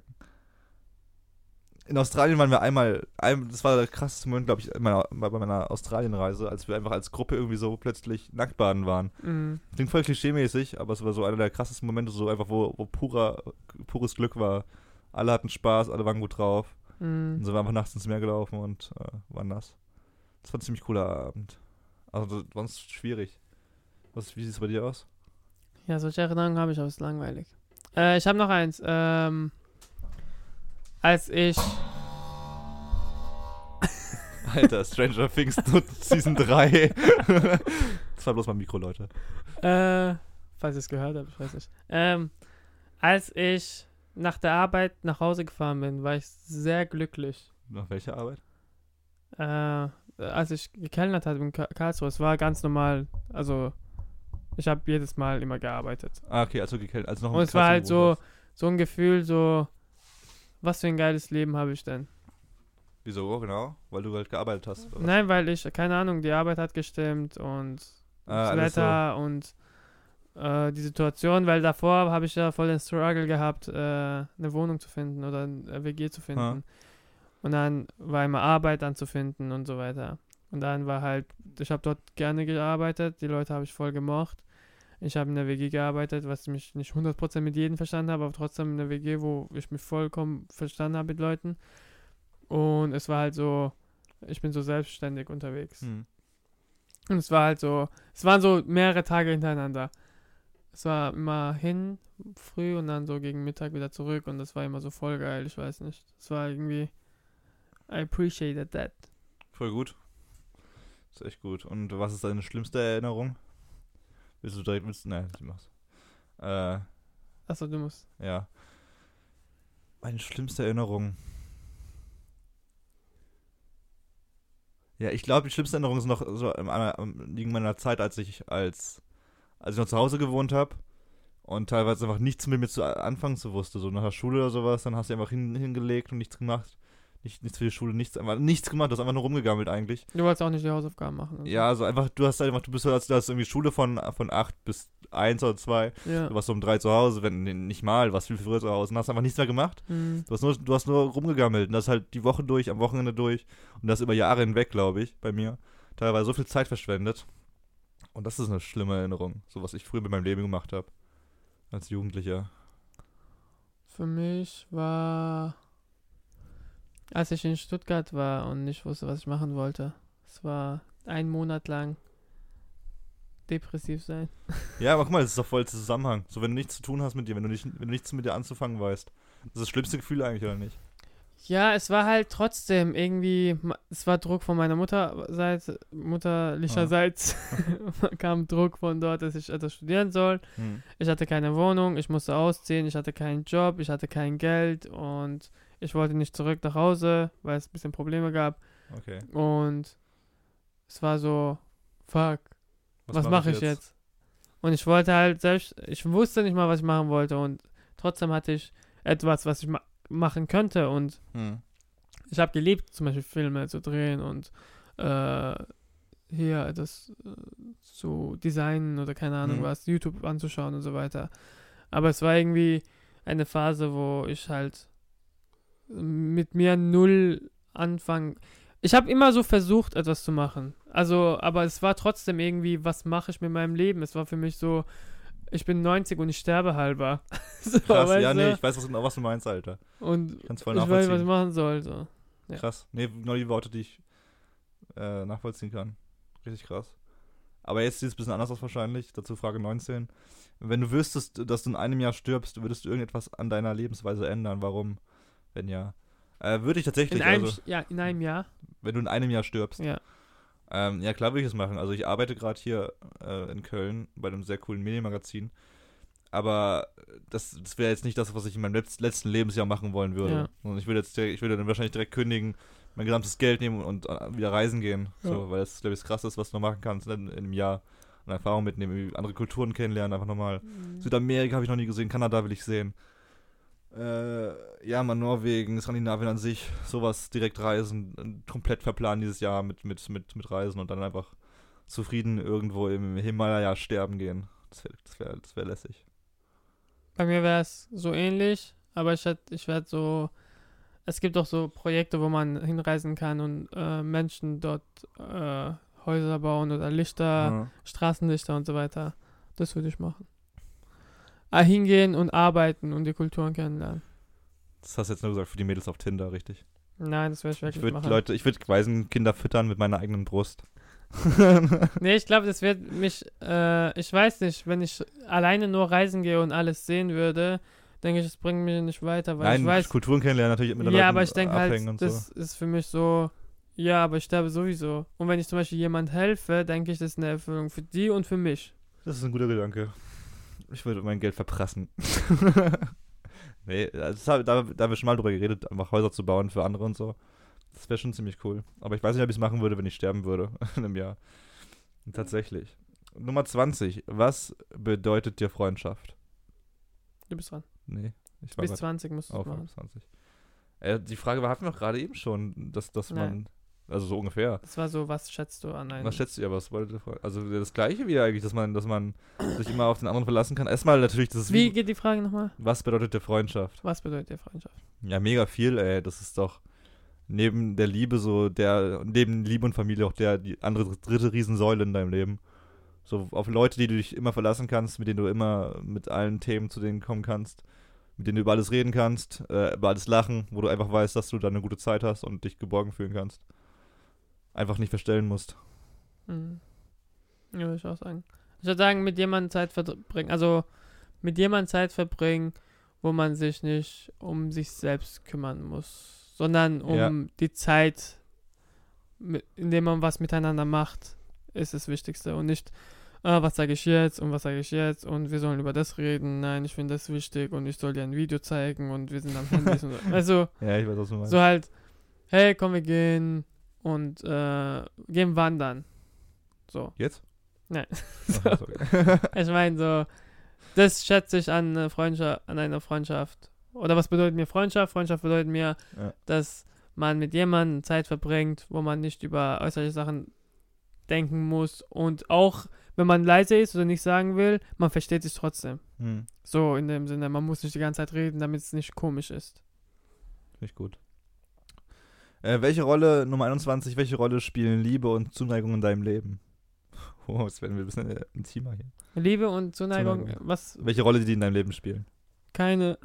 S1: In Australien waren wir das war der krasseste Moment, glaube ich, bei meiner Australienreise, als wir einfach als Gruppe irgendwie so plötzlich nackt baden waren.
S2: Mhm.
S1: Klingt voll klischee-mäßig, aber es war so einer der krassesten Momente, so einfach, wo pures Glück war. Alle hatten Spaß, alle waren gut drauf.
S2: Mhm.
S1: Dann sind wir einfach nachts ins Meer gelaufen und waren nass. Das war ein ziemlich cooler Abend. Also sonst schwierig. Wie sieht es bei dir aus?
S2: Ja, solche Erinnerungen habe ich, aber es ist langweilig. Ich habe noch eins. Als ich.
S1: Alter, Stranger Things Season 3. Das war bloß mein Mikro, Leute.
S2: Falls ihr es gehört habt, ich weiß nicht. Als ich nach der Arbeit nach Hause gefahren bin, war ich sehr glücklich.
S1: Nach welcher Arbeit?
S2: Als ich gekellnert hatte in Karlsruhe, es war ganz normal. Also, ich habe jedes Mal immer gearbeitet.
S1: Ah, okay, also gekellnert. Also noch
S2: Und es war halt so ein Gefühl, so, was für ein geiles Leben habe ich denn?
S1: Wieso, genau? Weil du halt gearbeitet hast. Oder was?
S2: Nein, weil ich, keine Ahnung, die Arbeit hat gestimmt und das Wetter und die Situation, weil davor habe ich ja voll den Struggle gehabt, eine Wohnung zu finden oder eine WG zu finden. Und dann war immer Arbeit dann zu finden und so weiter. Und dann war halt, ich habe dort gerne gearbeitet, die Leute habe ich voll gemocht. Ich habe in der WG gearbeitet, was ich mich nicht 100% mit jedem verstanden habe, aber trotzdem in der WG, wo ich mich vollkommen verstanden habe mit Leuten. Und es war halt so, ich bin so selbstständig unterwegs.
S1: Hm.
S2: Und es war halt so, es waren so mehrere Tage hintereinander. Es war immer hin, früh und dann so gegen Mittag wieder zurück und das war immer so voll geil, ich weiß nicht. Es war irgendwie, I appreciated that.
S1: Voll gut. Ist echt gut. Und was ist deine schlimmste Erinnerung? Willst du direkt nein, ich mach's.
S2: Achso, du musst.
S1: Ja. Meine schlimmste Erinnerung. Ja, ich glaube, die schlimmste Erinnerung ist noch so liegen meiner Zeit, als ich noch zu Hause gewohnt habe und teilweise einfach nichts mit mir zu anfangen zu wusste. So nach der Schule oder sowas, dann hast du einfach hingelegt und nichts gemacht. Nichts für die Schule, einfach nichts gemacht, du hast einfach nur rumgegammelt eigentlich.
S2: Du wolltest auch nicht die Hausaufgaben machen. Also.
S1: Ja, also einfach, du hast irgendwie Schule von 8 bis 1 oder 2.
S2: Ja.
S1: Du warst so um 3 zu Hause, wenn nicht mal, warst viel früher zu Hause und hast einfach nichts mehr gemacht. Du hast nur rumgegammelt und das halt die Woche durch, am Wochenende durch und das über Jahre hinweg, glaube ich, bei mir. Teilweise so viel Zeit verschwendet. Und das ist eine schlimme Erinnerung, so was ich früher mit meinem Leben gemacht habe. Als Jugendlicher.
S2: Für mich war, als ich in Stuttgart war und nicht wusste, was ich machen wollte. Es war 1 Monat lang depressiv sein.
S1: Ja, aber guck mal, das ist doch voll Zusammenhang. So, wenn du nichts zu tun hast mit dir, wenn du nichts mit dir anzufangen weißt. Das ist das schlimmste Gefühl eigentlich, oder nicht?
S2: Ja, es war halt trotzdem irgendwie, es war Druck von meiner mütterlicherseits kam Druck von dort, dass ich etwas studieren soll. Ich hatte keine Wohnung, ich musste ausziehen, ich hatte keinen Job, ich hatte kein Geld und ich wollte nicht zurück nach Hause, weil es ein bisschen Probleme gab.
S1: Okay.
S2: Und es war so, fuck, was mache ich jetzt? Und ich wollte halt ich wusste nicht mal, was ich machen wollte und trotzdem hatte ich etwas, was ich machen könnte und ich habe geliebt, zum Beispiel Filme zu drehen und hier etwas zu designen oder keine Ahnung was, YouTube anzuschauen und so weiter. Aber es war irgendwie eine Phase, wo ich halt mit mir null anfangen. Ich habe immer so versucht, etwas zu machen. Also, aber es war trotzdem irgendwie, was mache ich mit meinem Leben? Es war für mich so, ich bin 90 und ich sterbe halber. So,
S1: krass, ja,
S2: du?
S1: nee, ich weiß was du meinst, Alter.
S2: Und
S1: ich voll
S2: ich weiß, was ich machen soll. So. Ja.
S1: Krass. Nee, genau die Worte, die ich nachvollziehen kann. Richtig krass. Aber jetzt sieht es ein bisschen anders aus wahrscheinlich. Dazu Frage 19. Wenn du wüsstest, dass du in einem Jahr stirbst, würdest du irgendetwas an deiner Lebensweise ändern? Warum? Wenn ja. Würde ich tatsächlich.
S2: In einem Jahr?
S1: Wenn du in einem Jahr stirbst.
S2: Ja.
S1: Ja, klar würde ich es machen. Also ich arbeite gerade hier in Köln bei einem sehr coolen Medienmagazin. Aber das wäre jetzt nicht das, was ich in meinem letzten Lebensjahr machen wollen würde.
S2: Ja.
S1: Und ich würde dann wahrscheinlich direkt kündigen, mein gesamtes Geld nehmen und wieder reisen gehen.
S2: Ja.
S1: So, weil das, glaube ich, das Krasseste, was du noch machen kannst in einem Jahr. Und Erfahrung mitnehmen, andere Kulturen kennenlernen, einfach nochmal. Südamerika habe ich noch nie gesehen, Kanada will ich sehen. Ja, mal Norwegen, Skandinavien an sich, sowas, direkt reisen, komplett verplanen dieses Jahr mit Reisen und dann einfach zufrieden irgendwo im Himalaya sterben gehen. Das wär lässig.
S2: Bei mir wäre es so ähnlich, aber ich werde so, es gibt auch so Projekte, wo man hinreisen kann und Menschen dort Häuser bauen oder Lichter, Straßenlichter und so weiter. Das würde ich machen. Hingehen und arbeiten und die Kulturen kennenlernen.
S1: Das hast du jetzt nur gesagt für die Mädels auf Tinder, richtig?
S2: Nein, das werde ich wirklich machen.
S1: Ich würde Waisenkinder füttern mit meiner eigenen Brust.
S2: Nee, ich glaube, das wird mich, ich weiß nicht, wenn ich alleine nur reisen gehe und alles sehen würde, denke ich, es bringt mich nicht weiter, weil ich weiß...
S1: Kulturen kennenlernen natürlich mit der
S2: Ja, aber ich denke halt, das ist für mich so, ja, aber ich sterbe sowieso. Und wenn ich zum Beispiel jemand helfe, denke ich, das ist eine Erfüllung für die und für mich.
S1: Das ist ein guter Gedanke. Ich würde mein Geld verprassen. Nee, da haben wir schon mal drüber geredet, einfach Häuser zu bauen für andere und so. Das wäre schon ziemlich cool. Aber ich weiß nicht, ob ich es machen würde, wenn ich sterben würde in einem Jahr. Tatsächlich. Nummer 20. Was bedeutet dir Freundschaft?
S2: Du bist dran.
S1: Nee. Ich war
S2: Bis 20 musst du es machen.
S1: 20. Die Frage hatten wir doch gerade eben schon, dass man... Also so ungefähr.
S2: Das war so, was schätzt du an einen?
S1: Was schätzt du ja, also das Gleiche wie eigentlich, dass man sich immer auf den anderen verlassen kann. Erstmal natürlich, das ist
S2: Wie geht die Frage nochmal?
S1: Was bedeutet dir Freundschaft?
S2: Was bedeutet dir Freundschaft?
S1: Ja, mega viel, ey. Das ist doch neben der Liebe neben Liebe und Familie auch die andere dritte Riesensäule in deinem Leben. So auf Leute, die du dich immer verlassen kannst, mit denen du immer mit allen Themen zu denen kommen kannst, mit denen du über alles reden kannst, über alles lachen, wo du einfach weißt, dass du da eine gute Zeit hast und dich geborgen fühlen kannst. Einfach nicht verstellen musst.
S2: Mhm. Ja, würde ich auch sagen. Ich würde sagen, mit jemandem Zeit verbringen, also mit jemandem Zeit verbringen, wo man sich nicht um sich selbst kümmern muss, sondern um die Zeit, in der man was miteinander macht, ist das Wichtigste und nicht, was sage ich jetzt und was sage ich jetzt und wir sollen über das reden, nein, ich finde das wichtig und ich soll dir ein Video zeigen und wir sind am Handy. Und so. Also,
S1: Ja, ich weiß, was du meinst.
S2: so halt, hey, komm, wir gehen und gehen wandern. So.
S1: Jetzt?
S2: Nein.
S1: Ach, sorry.
S2: Ich meine so, das schätze ich an einer Freundschaft. Oder was bedeutet mir Freundschaft? Freundschaft bedeutet mir, dass man mit jemandem Zeit verbringt, wo man nicht über äußerliche Sachen denken muss und auch, wenn man leise ist oder nicht sagen will, man versteht sich trotzdem. So in dem Sinne, man muss nicht die ganze Zeit reden, damit es nicht komisch ist.
S1: Finde ich gut. Welche Rolle, Nummer 21, welche Rolle spielen Liebe und Zuneigung in deinem Leben? Oh, jetzt werden wir ein bisschen intimer hier.
S2: Liebe und Zuneigung, was?
S1: Welche Rolle die in deinem Leben spielen?
S2: Keine.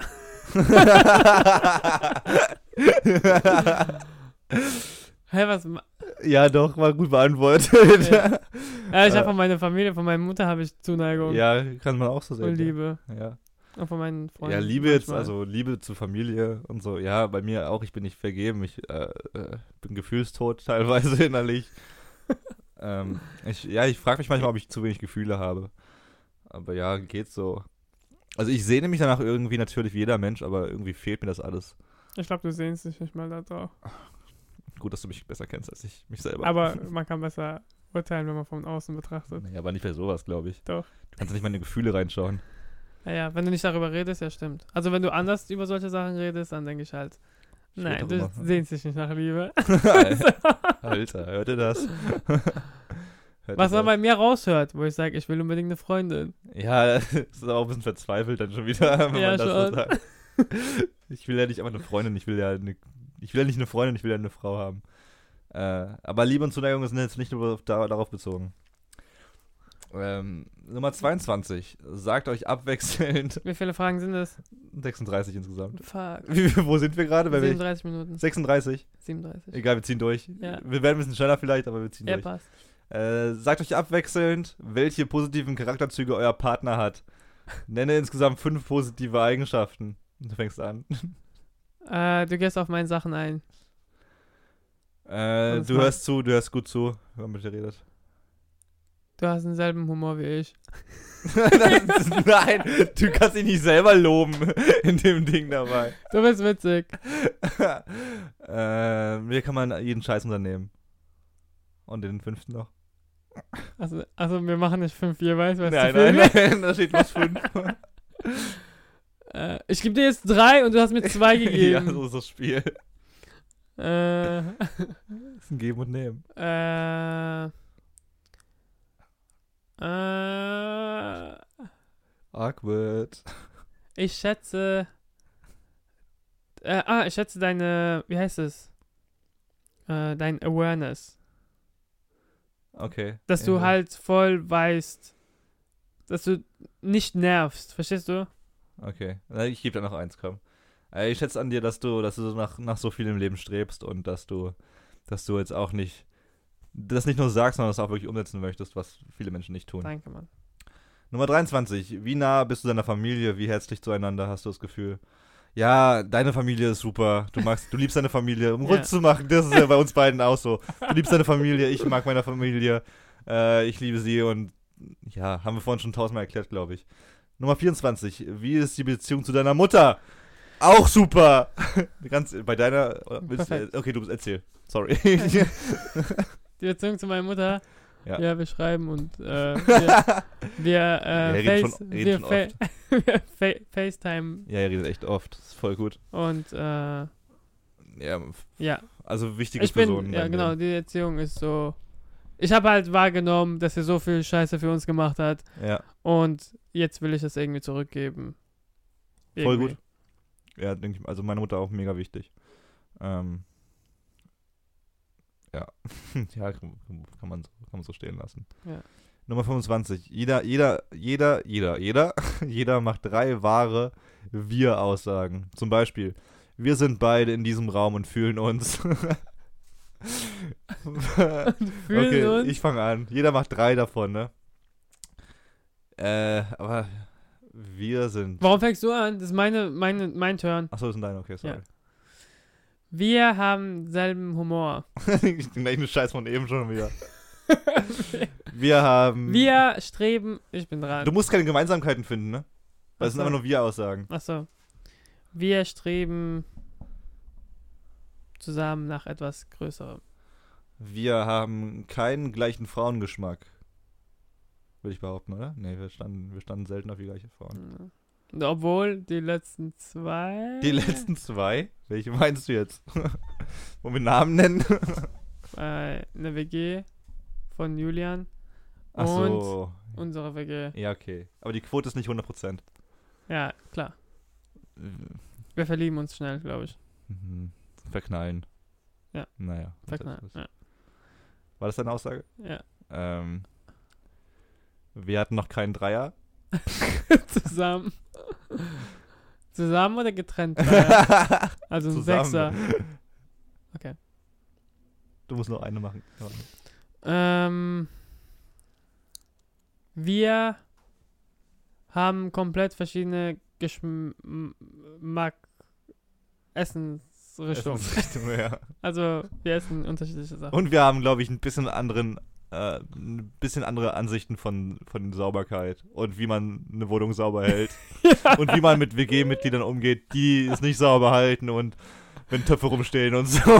S2: Hä, was?
S1: Ja, doch, war gut beantwortet.
S2: Ja, ich habe von meiner Familie, von meiner Mutter habe ich Zuneigung.
S1: Ja, kann man auch so sagen.
S2: Und Liebe.
S1: Ja.
S2: Und von meinen Freunden.
S1: Ja, Liebe jetzt, also Liebe zur Familie und so. Ja, bei mir auch, ich bin nicht vergeben. Ich bin gefühlstot teilweise innerlich. Ich frage mich manchmal, ob ich zu wenig Gefühle habe. Aber ja, geht so. Also ich sehne mich danach irgendwie natürlich wie jeder Mensch, aber irgendwie fehlt mir das alles.
S2: Ich glaube, du sehnst dich nicht mal da drauf.
S1: Gut, dass du mich besser kennst als ich mich selber.
S2: Aber man kann besser urteilen, wenn man von außen betrachtet.
S1: Naja, aber nicht bei sowas, glaube ich.
S2: Doch.
S1: Du kannst nicht meine Gefühle reinschauen.
S2: Ja, wenn du nicht darüber redest, ja stimmt. Also wenn du anders über solche Sachen redest, dann denke ich halt, nein, du sehnst dich nicht nach Liebe.
S1: Alter, hört ihr das?
S2: Was man bei mir raushört, wo ich sage, ich will unbedingt eine Freundin.
S1: Ja, das ist aber auch ein bisschen verzweifelt dann schon wieder, wenn man das so sagt. Ich will ja nicht einfach eine Freundin, ich will ja nicht eine Freundin, ich will ja eine Frau haben. Aber Liebe und Zuneigung sind jetzt nicht nur darauf bezogen. Nummer 22. Sagt euch abwechselnd.
S2: Wie viele Fragen sind das?
S1: 36 insgesamt.
S2: Fuck.
S1: Wo sind wir gerade?
S2: 37 Minuten.
S1: 36?
S2: 37.
S1: Egal, wir ziehen durch.
S2: Ja.
S1: Wir werden ein bisschen schneller vielleicht, aber wir ziehen durch.
S2: Ja, passt.
S1: Sagt euch abwechselnd, welche positiven Charakterzüge euer Partner hat. Nenne insgesamt 5 positive Eigenschaften. Du fängst an.
S2: Du gehst auf meine Sachen ein.
S1: Du hörst gut zu, wenn man mit dir redet.
S2: Du hast denselben Humor wie ich.
S1: Nein, du kannst dich nicht selber loben in dem Ding dabei.
S2: Du bist witzig.
S1: Hier kann man jeden Scheiß unternehmen. Und den 5. noch.
S2: Also wir machen nicht 5 jeweils, weißt du?
S1: Nein, da steht was 5.
S2: Ich gebe dir jetzt 3 und du hast mir 2 gegeben.
S1: Ja, so ist das Spiel. Das ist ein Geben und Nehmen. Awkward.
S2: Ich schätze deine, wie heißt es? Dein Awareness.
S1: Okay.
S2: Dass du halt voll weißt, dass du nicht nervst, verstehst du?
S1: Okay. Ich gebe da noch 1, komm. Ich schätze an dir, dass du so nach so viel im Leben strebst und dass du jetzt auch nicht das nicht nur sagst, sondern das auch wirklich umsetzen möchtest, was viele Menschen nicht tun.
S2: Danke, Mann.
S1: Nummer 23. Wie nah bist du deiner Familie? Wie herzlich zueinander hast du das Gefühl? Ja, deine Familie ist super. Du liebst deine Familie. Um rund zu machen, das ist ja bei uns beiden auch so. Du liebst deine Familie, ich mag meine Familie. Ich liebe sie und ja, haben wir vorhin schon 1000-mal erklärt, glaube ich. Nummer 24. Wie ist die Beziehung zu deiner Mutter? Auch super. Ganz bei deiner. Okay, du erzähl. Sorry.
S2: Die Beziehung zu meiner Mutter. Ja, wir schreiben und FaceTime.
S1: Ja, ihr redet echt oft. Das ist voll gut.
S2: Und
S1: ja. Also wichtige
S2: ich
S1: Personen.
S2: Ja, genau, die Erziehung ist so. Ich habe halt wahrgenommen, dass sie so viel Scheiße für uns gemacht hat.
S1: Ja.
S2: Und jetzt will ich das irgendwie zurückgeben.
S1: Voll gut. Ja, denke ich. Also meine Mutter auch mega wichtig. Ja. Ja, kann man so stehen lassen.
S2: Ja.
S1: Nummer 25. Jeder macht 3 wahre Wir-Aussagen. Zum Beispiel, wir sind beide in diesem Raum und fühlen uns. Okay,
S2: uns?
S1: ich fange an. Jeder macht 3 davon, ne? Aber wir sind...
S2: Warum fängst du an? Das ist mein Turn.
S1: Achso, das sind deine, okay, sorry.
S2: Ja. Wir haben selben Humor.
S1: Den gleichen Scheiß von eben schon wieder. Wir haben...
S2: Wir streben... Ich bin dran.
S1: Du musst keine Gemeinsamkeiten finden, ne? Weil es sind
S2: Ach so.
S1: einfach nur Wir-Aussagen.
S2: Achso. Wir streben zusammen nach etwas Größerem.
S1: Wir haben keinen gleichen Frauengeschmack. Würde ich behaupten, oder? Nee, wir standen selten auf die gleiche Frauen.
S2: Ja. Obwohl, die letzten 2...
S1: Die letzten 2? Welche meinst du jetzt? Wollen wir Namen nennen?
S2: Eine WG von Julian
S1: Ach so.
S2: und unsere WG.
S1: Ja, okay. Aber die Quote ist nicht 100%.
S2: Ja, klar. Wir verlieben uns schnell, glaube ich.
S1: Verknallen.
S2: Ja.
S1: Naja.
S2: Verknallen, ja.
S1: War das deine Aussage?
S2: Ja.
S1: Wir hatten noch keinen Dreier.
S2: Zusammen. Zusammen oder getrennt? Dreier? Also ein
S1: Zusammen.
S2: Sechser. Okay.
S1: Du musst noch eine machen.
S2: Wir haben komplett verschiedene Geschmack Essensrichtungen.
S1: Essensrichtung, ja.
S2: Also wir essen unterschiedliche Sachen.
S1: Und wir haben, glaube ich, ein bisschen andere Ansichten von Sauberkeit und wie man eine Wohnung sauber hält. Und wie man mit WG-Mitgliedern umgeht, die es nicht sauber halten und wenn Töpfe rumstehen und so.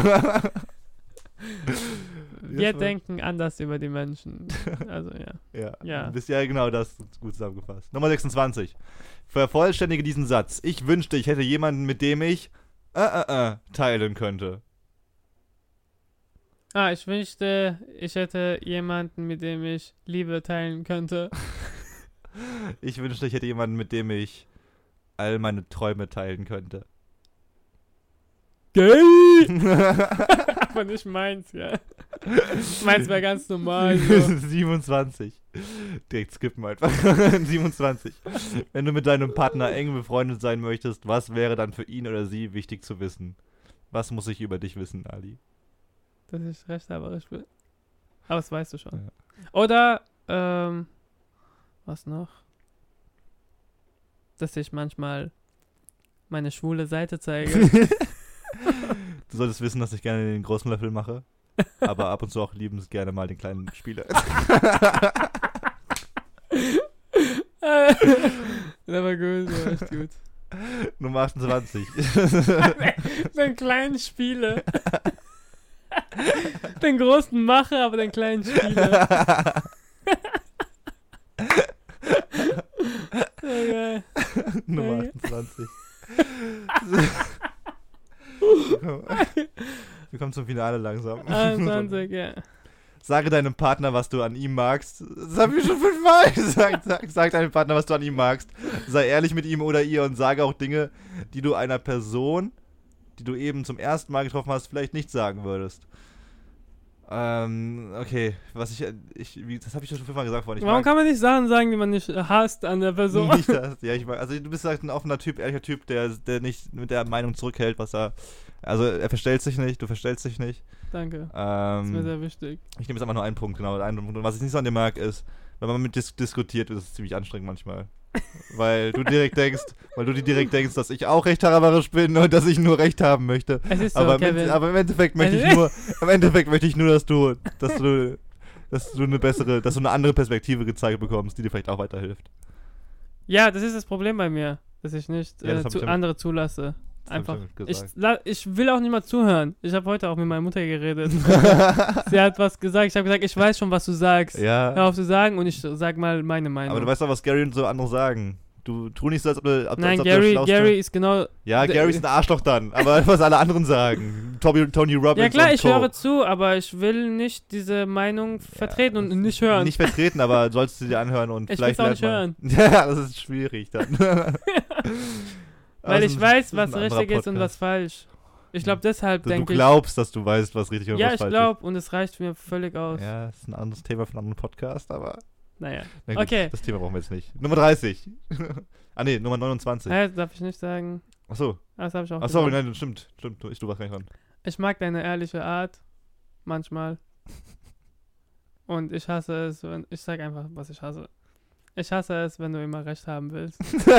S2: Wir denken anders über die Menschen. Also ja.
S1: Ja. Bist ja genau das gut zusammengefasst. Nummer 26. Vervollständige diesen Satz. Ich wünschte, ich hätte jemanden, mit dem ich teilen könnte.
S2: Ich wünschte, ich hätte jemanden, mit dem ich Liebe teilen könnte.
S1: Ich wünschte, ich hätte jemanden, mit dem ich all meine Träume teilen könnte.
S2: Gay! Aber nicht meins, ja. Meins wäre ganz normal. So.
S1: 27. Direkt skippen einfach. 27. Wenn du mit deinem Partner eng befreundet sein möchtest, was wäre dann für ihn oder sie wichtig zu wissen? Was muss ich über dich wissen, Ali?
S2: Dass ich rechthaberisch bin. Aber das weißt du schon.
S1: Ja.
S2: Oder, was noch? Dass ich manchmal meine schwule Seite zeige.
S1: Du solltest wissen, dass ich gerne den großen Löffel mache, aber ab und zu auch liebend gerne mal den kleinen Spieler.
S2: Der war gut, der war echt gut.
S1: Nummer 28.
S2: Den kleinen Spiele. Den großen mache, aber den kleinen Spiele. Okay.
S1: Nummer 28. Wir kommen zum Finale langsam.
S2: 21, ja.
S1: Sage deinem Partner, was du an ihm magst. Das habe ich schon 5-mal gesagt. Sag deinem Partner, was du an ihm magst. Sei ehrlich mit ihm oder ihr und sage auch Dinge, die du einer Person, die du eben zum ersten Mal getroffen hast, vielleicht nicht sagen würdest. Okay, das habe ich schon 5-mal gesagt vorhin.
S2: Warum kann man nicht Sachen sagen, die man nicht hasst an der Person?
S1: Nicht das, ja, also du bist halt ein offener Typ, ehrlicher Typ, der nicht mit der Meinung zurückhält, also er verstellt sich nicht, du verstellst dich nicht.
S2: Danke, das ist mir sehr wichtig.
S1: Ich nehme jetzt einfach nur einen Punkt, genau, einen Punkt. Und was ich nicht so an dir mag, ist, wenn man mit diskutiert, ist es ziemlich anstrengend manchmal. Weil du dir direkt denkst, dass ich auch rechthaberisch bin und dass ich nur Recht haben möchte.
S2: Es ist so,
S1: aber
S2: Kevin.
S1: im Endeffekt möchte ich nur, dass du eine andere Perspektive gezeigt bekommst, die dir vielleicht auch weiterhilft.
S2: Ja, das ist das Problem bei mir, dass ich nicht
S1: das
S2: andere zulasse. Einfach.
S1: Gesagt.
S2: Ich will auch nicht mal zuhören. Ich habe heute auch mit meiner Mutter geredet. Sie hat was gesagt. Ich habe gesagt, ich weiß schon, was du sagst.
S1: Ja.
S2: Hör auf zu sagen und ich sag mal meine Meinung.
S1: Aber du weißt doch, was Gary und so andere sagen. Du tu nicht so, als ob du
S2: Nein,
S1: als ob du
S2: Gary ist genau...
S1: Ja, Gary ist ein Arschloch dann. Aber was alle anderen sagen. Tony Robbins.
S2: Ja klar,
S1: und
S2: ich
S1: Co.
S2: höre zu, aber ich will nicht diese Meinung vertreten und nicht hören.
S1: Nicht vertreten, aber sollst du dir anhören und
S2: Ich
S1: vielleicht
S2: will's auch nicht hören.
S1: Ja, das ist schwierig dann.
S2: Weil ich weiß, was
S1: ein
S2: richtig ist und
S1: Podcast.
S2: was falsch. Ich glaube, deshalb
S1: Du
S2: denke ich.
S1: glaubst, dass du weißt, was richtig und
S2: Ja,
S1: was
S2: ich
S1: falsch
S2: glaube, und es reicht mir völlig aus.
S1: ist. Ja, das ist ein anderes Thema für einen anderen Podcast, aber
S2: Naja.
S1: na gut,
S2: Okay.
S1: das Thema brauchen wir jetzt nicht. Nummer 30. Nee, Nummer 29.
S2: Darf ich nicht sagen.
S1: Achso.
S2: Das habe ich auch
S1: Ach sorry,
S2: gesagt.
S1: nein, stimmt. Du warst gar nicht dran.
S2: Ich mag deine ehrliche Art. Manchmal. Und ich hasse es, ich sag einfach, was ich hasse. Ich hasse es, wenn du immer recht haben willst.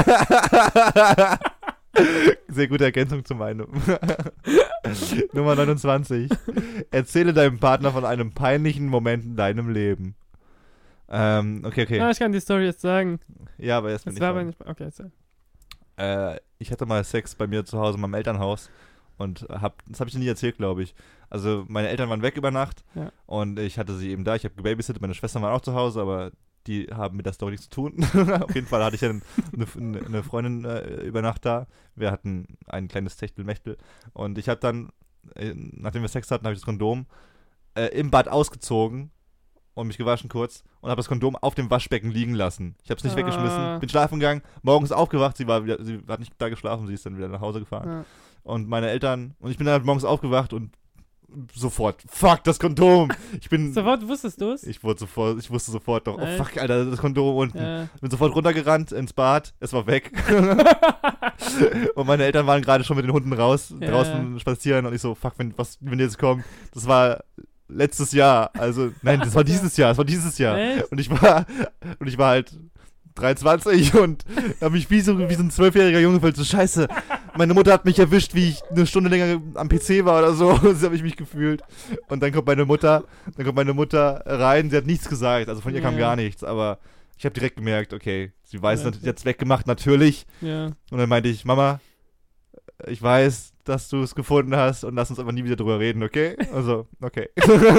S1: Sehr gute Ergänzung zu meinem. Nummer 29. Erzähle deinem Partner von einem peinlichen Moment in deinem Leben. Okay.
S2: Ah, ich kann die Story jetzt sagen.
S1: Ja, aber erst
S2: Das
S1: bin
S2: war aber
S1: ich
S2: nicht. Okay, erzähl.
S1: ich hatte mal Sex bei mir zu Hause in meinem Elternhaus und das habe ich dir nie erzählt, glaube ich. Also meine Eltern waren weg über Nacht und ich hatte sie eben da. Ich habe gebabysittet, meine Schwestern waren auch zu Hause, aber die haben mit der Story nichts zu tun. Auf jeden Fall hatte ich eine Freundin über Nacht da. Wir hatten ein kleines Techtelmechtel und ich habe dann, nachdem wir Sex hatten, habe ich das Kondom im Bad ausgezogen und mich gewaschen kurz und habe das Kondom auf dem Waschbecken liegen lassen. Ich habe es nicht weggeschmissen, bin schlafen gegangen, morgens aufgewacht, sie hat nicht da geschlafen, sie ist dann wieder nach Hause gefahren.
S2: Ja.
S1: Und meine Eltern, und ich bin dann halt morgens aufgewacht und sofort, fuck, das Kondom!
S2: Sofort wusstest du es?
S1: Ich wusste sofort doch, oh fuck, Alter, das Kondom unten.
S2: Ja.
S1: Bin sofort runtergerannt ins Bad, es war weg. Und meine Eltern waren gerade schon mit den Hunden draußen spazieren und ich so, fuck, wenn die jetzt kommen, das war letztes Jahr, also, nein, das war dieses Jahr.
S2: Echt?
S1: Und ich war halt 23 und habe mich wie so ein 12-jähriger Junge gefühlt, so scheiße. Meine Mutter hat mich erwischt, wie ich eine Stunde länger am PC war oder so. So habe ich mich gefühlt. Und dann kommt meine Mutter rein, sie hat nichts gesagt, also von ihr kam gar nichts, aber ich habe direkt gemerkt, okay, sie weiß, sie hat es weggemacht, natürlich.
S2: Ja.
S1: Und dann meinte ich, Mama, ich weiß, dass du es gefunden hast und lass uns aber nie wieder drüber reden, okay? Also, okay.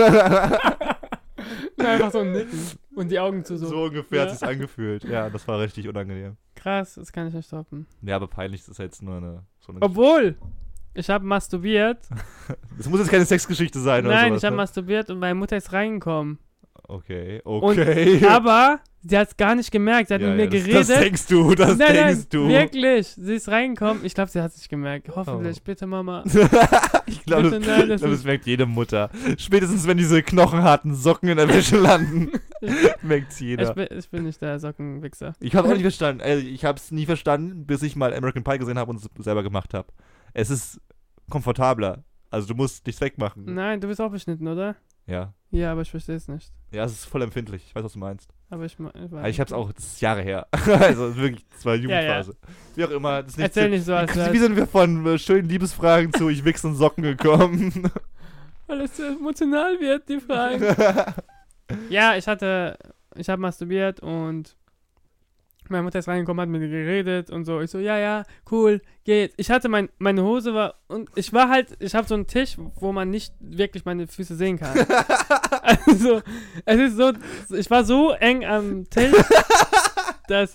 S2: Einfach so ein Nicken und die Augen zu so.
S1: So ungefähr hat es sich angefühlt. Ja, das war richtig unangenehm.
S2: Krass, das kann ich nicht stoppen.
S1: Ja, aber peinlich, das ist jetzt nur so eine
S2: Obwohl, ich habe masturbiert.
S1: Das muss jetzt keine Sexgeschichte sein oder
S2: Nein,
S1: sowas,
S2: ich habe
S1: ne?
S2: masturbiert und meine Mutter ist reingekommen.
S1: Okay.
S2: Aber sie hat es gar nicht gemerkt. Sie hat mit mir geredet.
S1: Das denkst du,
S2: Nein, wirklich. Sie ist reingekommen. Ich glaube, sie hat es nicht gemerkt. Hoffentlich. Bitte, Mama.
S1: Ich glaube, das merkt jede Mutter. Spätestens, wenn diese knochenharten Socken in der Wäsche landen, merkt es jeder.
S2: Ich bin nicht der Sockenwichser.
S1: Ich habe auch nicht verstanden. Ich habe es nie verstanden, bis ich mal American Pie gesehen habe und es selber gemacht habe. Es ist komfortabler. Also du musst nichts wegmachen.
S2: Nein, du bist auch beschnitten, oder?
S1: Ja.
S2: Ja, aber ich verstehe es nicht.
S1: Ja, es ist voll empfindlich. Ich weiß, was du meinst.
S2: Aber ich
S1: Ich hab's auch, das ist Jahre her. Also wirklich, das war Jugendphase. Ja. Wie auch immer. Das ist nicht
S2: Erzähl nicht so, als
S1: wie sind wir von schönen Liebesfragen zu ich wichse und Socken gekommen?
S2: Weil es so emotional wird, die Fragen. Ja, ich habe masturbiert und meine Mutter ist reingekommen, hat mit mir geredet und so. Ich so, ja, cool, geht. Ich hatte meine Hose war, und ich habe so einen Tisch, wo man nicht wirklich meine Füße sehen kann. Also, es ist so, ich war so eng am Tisch, dass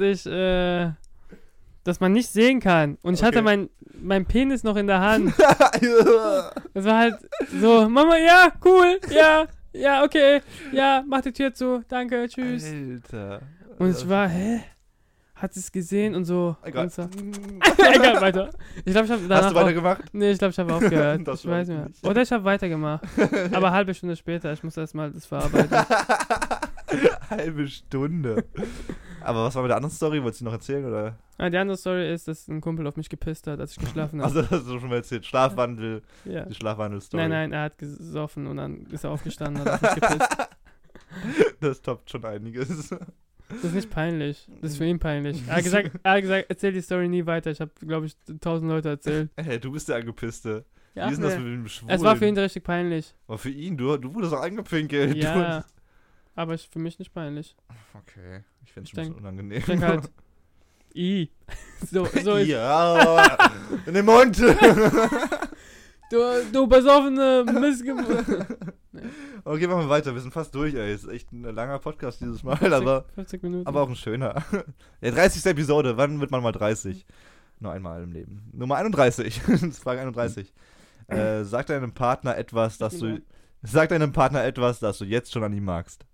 S2: man nicht sehen kann. Und ich hatte mein Penis noch in der Hand. Das war halt so, Mama, ja, cool, ja, okay, ja, mach die Tür zu, danke, tschüss.
S1: Alter.
S2: Und ich war, hä? Hat sie es gesehen und so.
S1: Egal.
S2: Und so. Egal, weiter. Ich glaube, ich habe danach.
S1: Hast du weitergemacht?
S2: Nee, ich glaube, ich habe aufgehört.
S1: Das
S2: ich weiß nicht mehr.
S1: nicht.
S2: Oder ich habe weitergemacht. Aber eine halbe Stunde später. Ich muss erstmal das verarbeiten.
S1: Halbe Stunde. Aber was war mit der anderen Story? Wolltest du noch erzählen, oder?
S2: Die andere Story ist, dass ein Kumpel auf mich gepisst hat, als ich geschlafen habe.
S1: Also, das hast du schon mal erzählt. Schlafwandel.
S2: Ja.
S1: Die Schlafwandel-Story.
S2: Nein, er hat gesoffen und dann ist er aufgestanden und hat auf mich gepisst.
S1: Das toppt schon einiges.
S2: Das ist nicht peinlich. Das ist für ihn peinlich. Er hat gesagt, erzähl die Story nie weiter. Ich habe, glaube ich, 1000 Leute erzählt.
S1: Hey, du bist der Angepisste.
S2: Ja,
S1: Wie ist denn das mit dem Schwulen?
S2: Es war für ihn richtig peinlich.
S1: Aber für ihn, du wurdest auch angepinkelt.
S2: Ja, aber für mich nicht peinlich.
S1: Okay, ich find's schon ein bisschen unangenehm. Ich
S2: denke halt, so ist
S1: ja, in den Mund.
S2: Du besoffene Missgeburt.
S1: Okay, machen wir weiter. Wir sind fast durch, ey. Ist echt ein langer Podcast dieses Mal,
S2: 50 Minuten.
S1: aber auch ein schöner. Ja, 30. Episode. Wann wird man mal 30? Nur einmal im Leben. Nummer 31. Das ist Frage 31. Sag deinem Partner etwas, das du jetzt schon an ihm magst.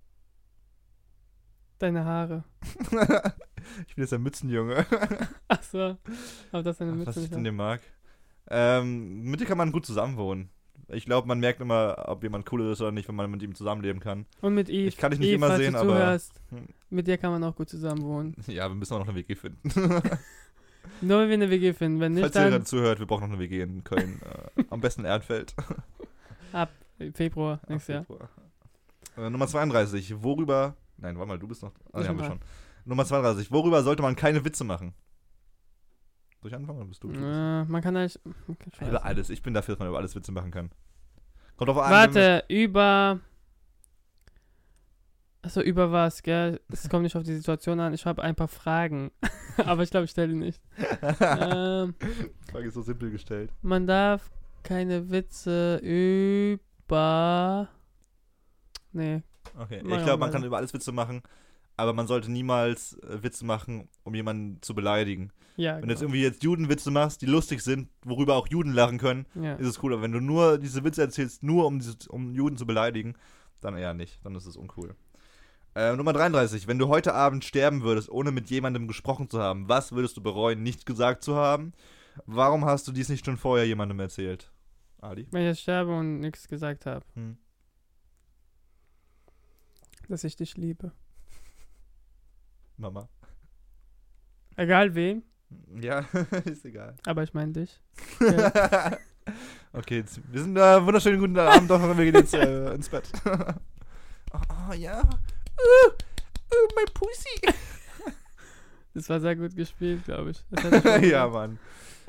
S2: Deine Haare.
S1: Ich bin jetzt ein Mützenjunge.
S2: Achso. Aber das ist eine Mütze.
S1: Was ich denn dir mag? Mit dir kann man gut zusammenwohnen. Ich glaube, man merkt immer, ob jemand cool ist oder nicht, wenn man mit ihm zusammenleben kann.
S2: Und mit Eve.
S1: Ich kann dich nicht
S2: Eve,
S1: immer
S2: falls
S1: sehen,
S2: du
S1: aber...
S2: zuhörst, mit dir kann man auch gut zusammen wohnen.
S1: Ja, wir müssen auch noch eine WG finden.
S2: Nur wenn wir eine WG finden. Wenn nicht,
S1: Falls ihr
S2: dann
S1: gerade zuhört, wir brauchen noch eine WG in Köln. Am besten Ehrenfeld.
S2: ab Februar nächstes Jahr.
S1: Februar. Nummer 32. Worüber... Nein, warte mal, du bist noch... Ah,
S2: Ich
S1: ja, haben
S2: bin
S1: wir schon. Nummer 32. Worüber sollte man keine Witze machen? Soll ich anfangen oder bist du?
S2: Man kann eigentlich...
S1: Über alles. Ich bin dafür, dass man über alles Witze machen kann. Kommt drauf an.
S2: Warte, über... Achso, über was, gell? Es kommt nicht auf die Situation an. Ich habe ein paar Fragen. Aber ich glaube, ich stelle die nicht.
S1: Die Frage ist so simpel gestellt.
S2: Man darf keine Witze über... Nee.
S1: Okay,
S2: Mach
S1: ich glaube, man
S2: weiter.
S1: kann über alles Witze machen, aber man sollte niemals Witze machen, um jemanden zu beleidigen.
S2: Ja,
S1: Wenn du jetzt irgendwie Judenwitze machst, die lustig sind, worüber auch Juden lachen können,
S2: ja.
S1: ist es cool. Aber wenn du nur diese Witze erzählst, nur um Juden zu beleidigen, dann eher nicht. Dann ist es uncool. Nummer 33. Wenn du heute Abend sterben würdest, ohne mit jemandem gesprochen zu haben, was würdest du bereuen, nicht gesagt zu haben? Warum hast du dies nicht schon vorher jemandem erzählt? Ali?
S2: Wenn ich jetzt sterbe und nichts gesagt habe, dass ich dich liebe.
S1: Mama?
S2: Egal wem,
S1: Ja, ist egal.
S2: aber ich meine dich. Ja.
S1: Okay, wir sind wunderschönen guten Abend, doch, wir gehen jetzt ins Bett. Oh, ja. Mein Pussy.
S2: Das war sehr gut gespielt, glaube ich. Das hätte ich schon
S1: Ja,
S2: gesagt.
S1: Mann.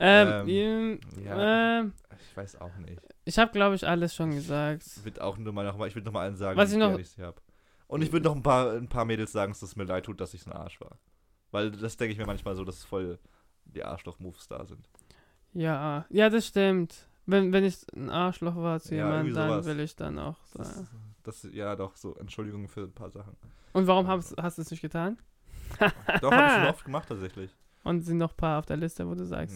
S2: Ja.
S1: Ich weiß auch nicht.
S2: Ich habe, glaube ich, alles schon gesagt.
S1: Ich will noch mal allen sagen,
S2: Was ich noch-
S1: gerne sie hab. Und ich würde noch ein paar Mädels sagen, dass es mir leid tut, dass ich so ein Arsch war. Weil das denke ich mir manchmal so, dass voll die Arschloch-Moves da sind.
S2: Ja, das stimmt. Wenn ich ein Arschloch war zu
S1: Ja,
S2: jemandem,
S1: irgendwie
S2: dann
S1: sowas.
S2: will ich dann auch sagen.
S1: Ja, doch, so Entschuldigung für ein paar Sachen.
S2: Und warum hast du es nicht getan?
S1: Doch, habe ich schon oft gemacht tatsächlich.
S2: Und sind noch ein paar auf der Liste, wo du sagst.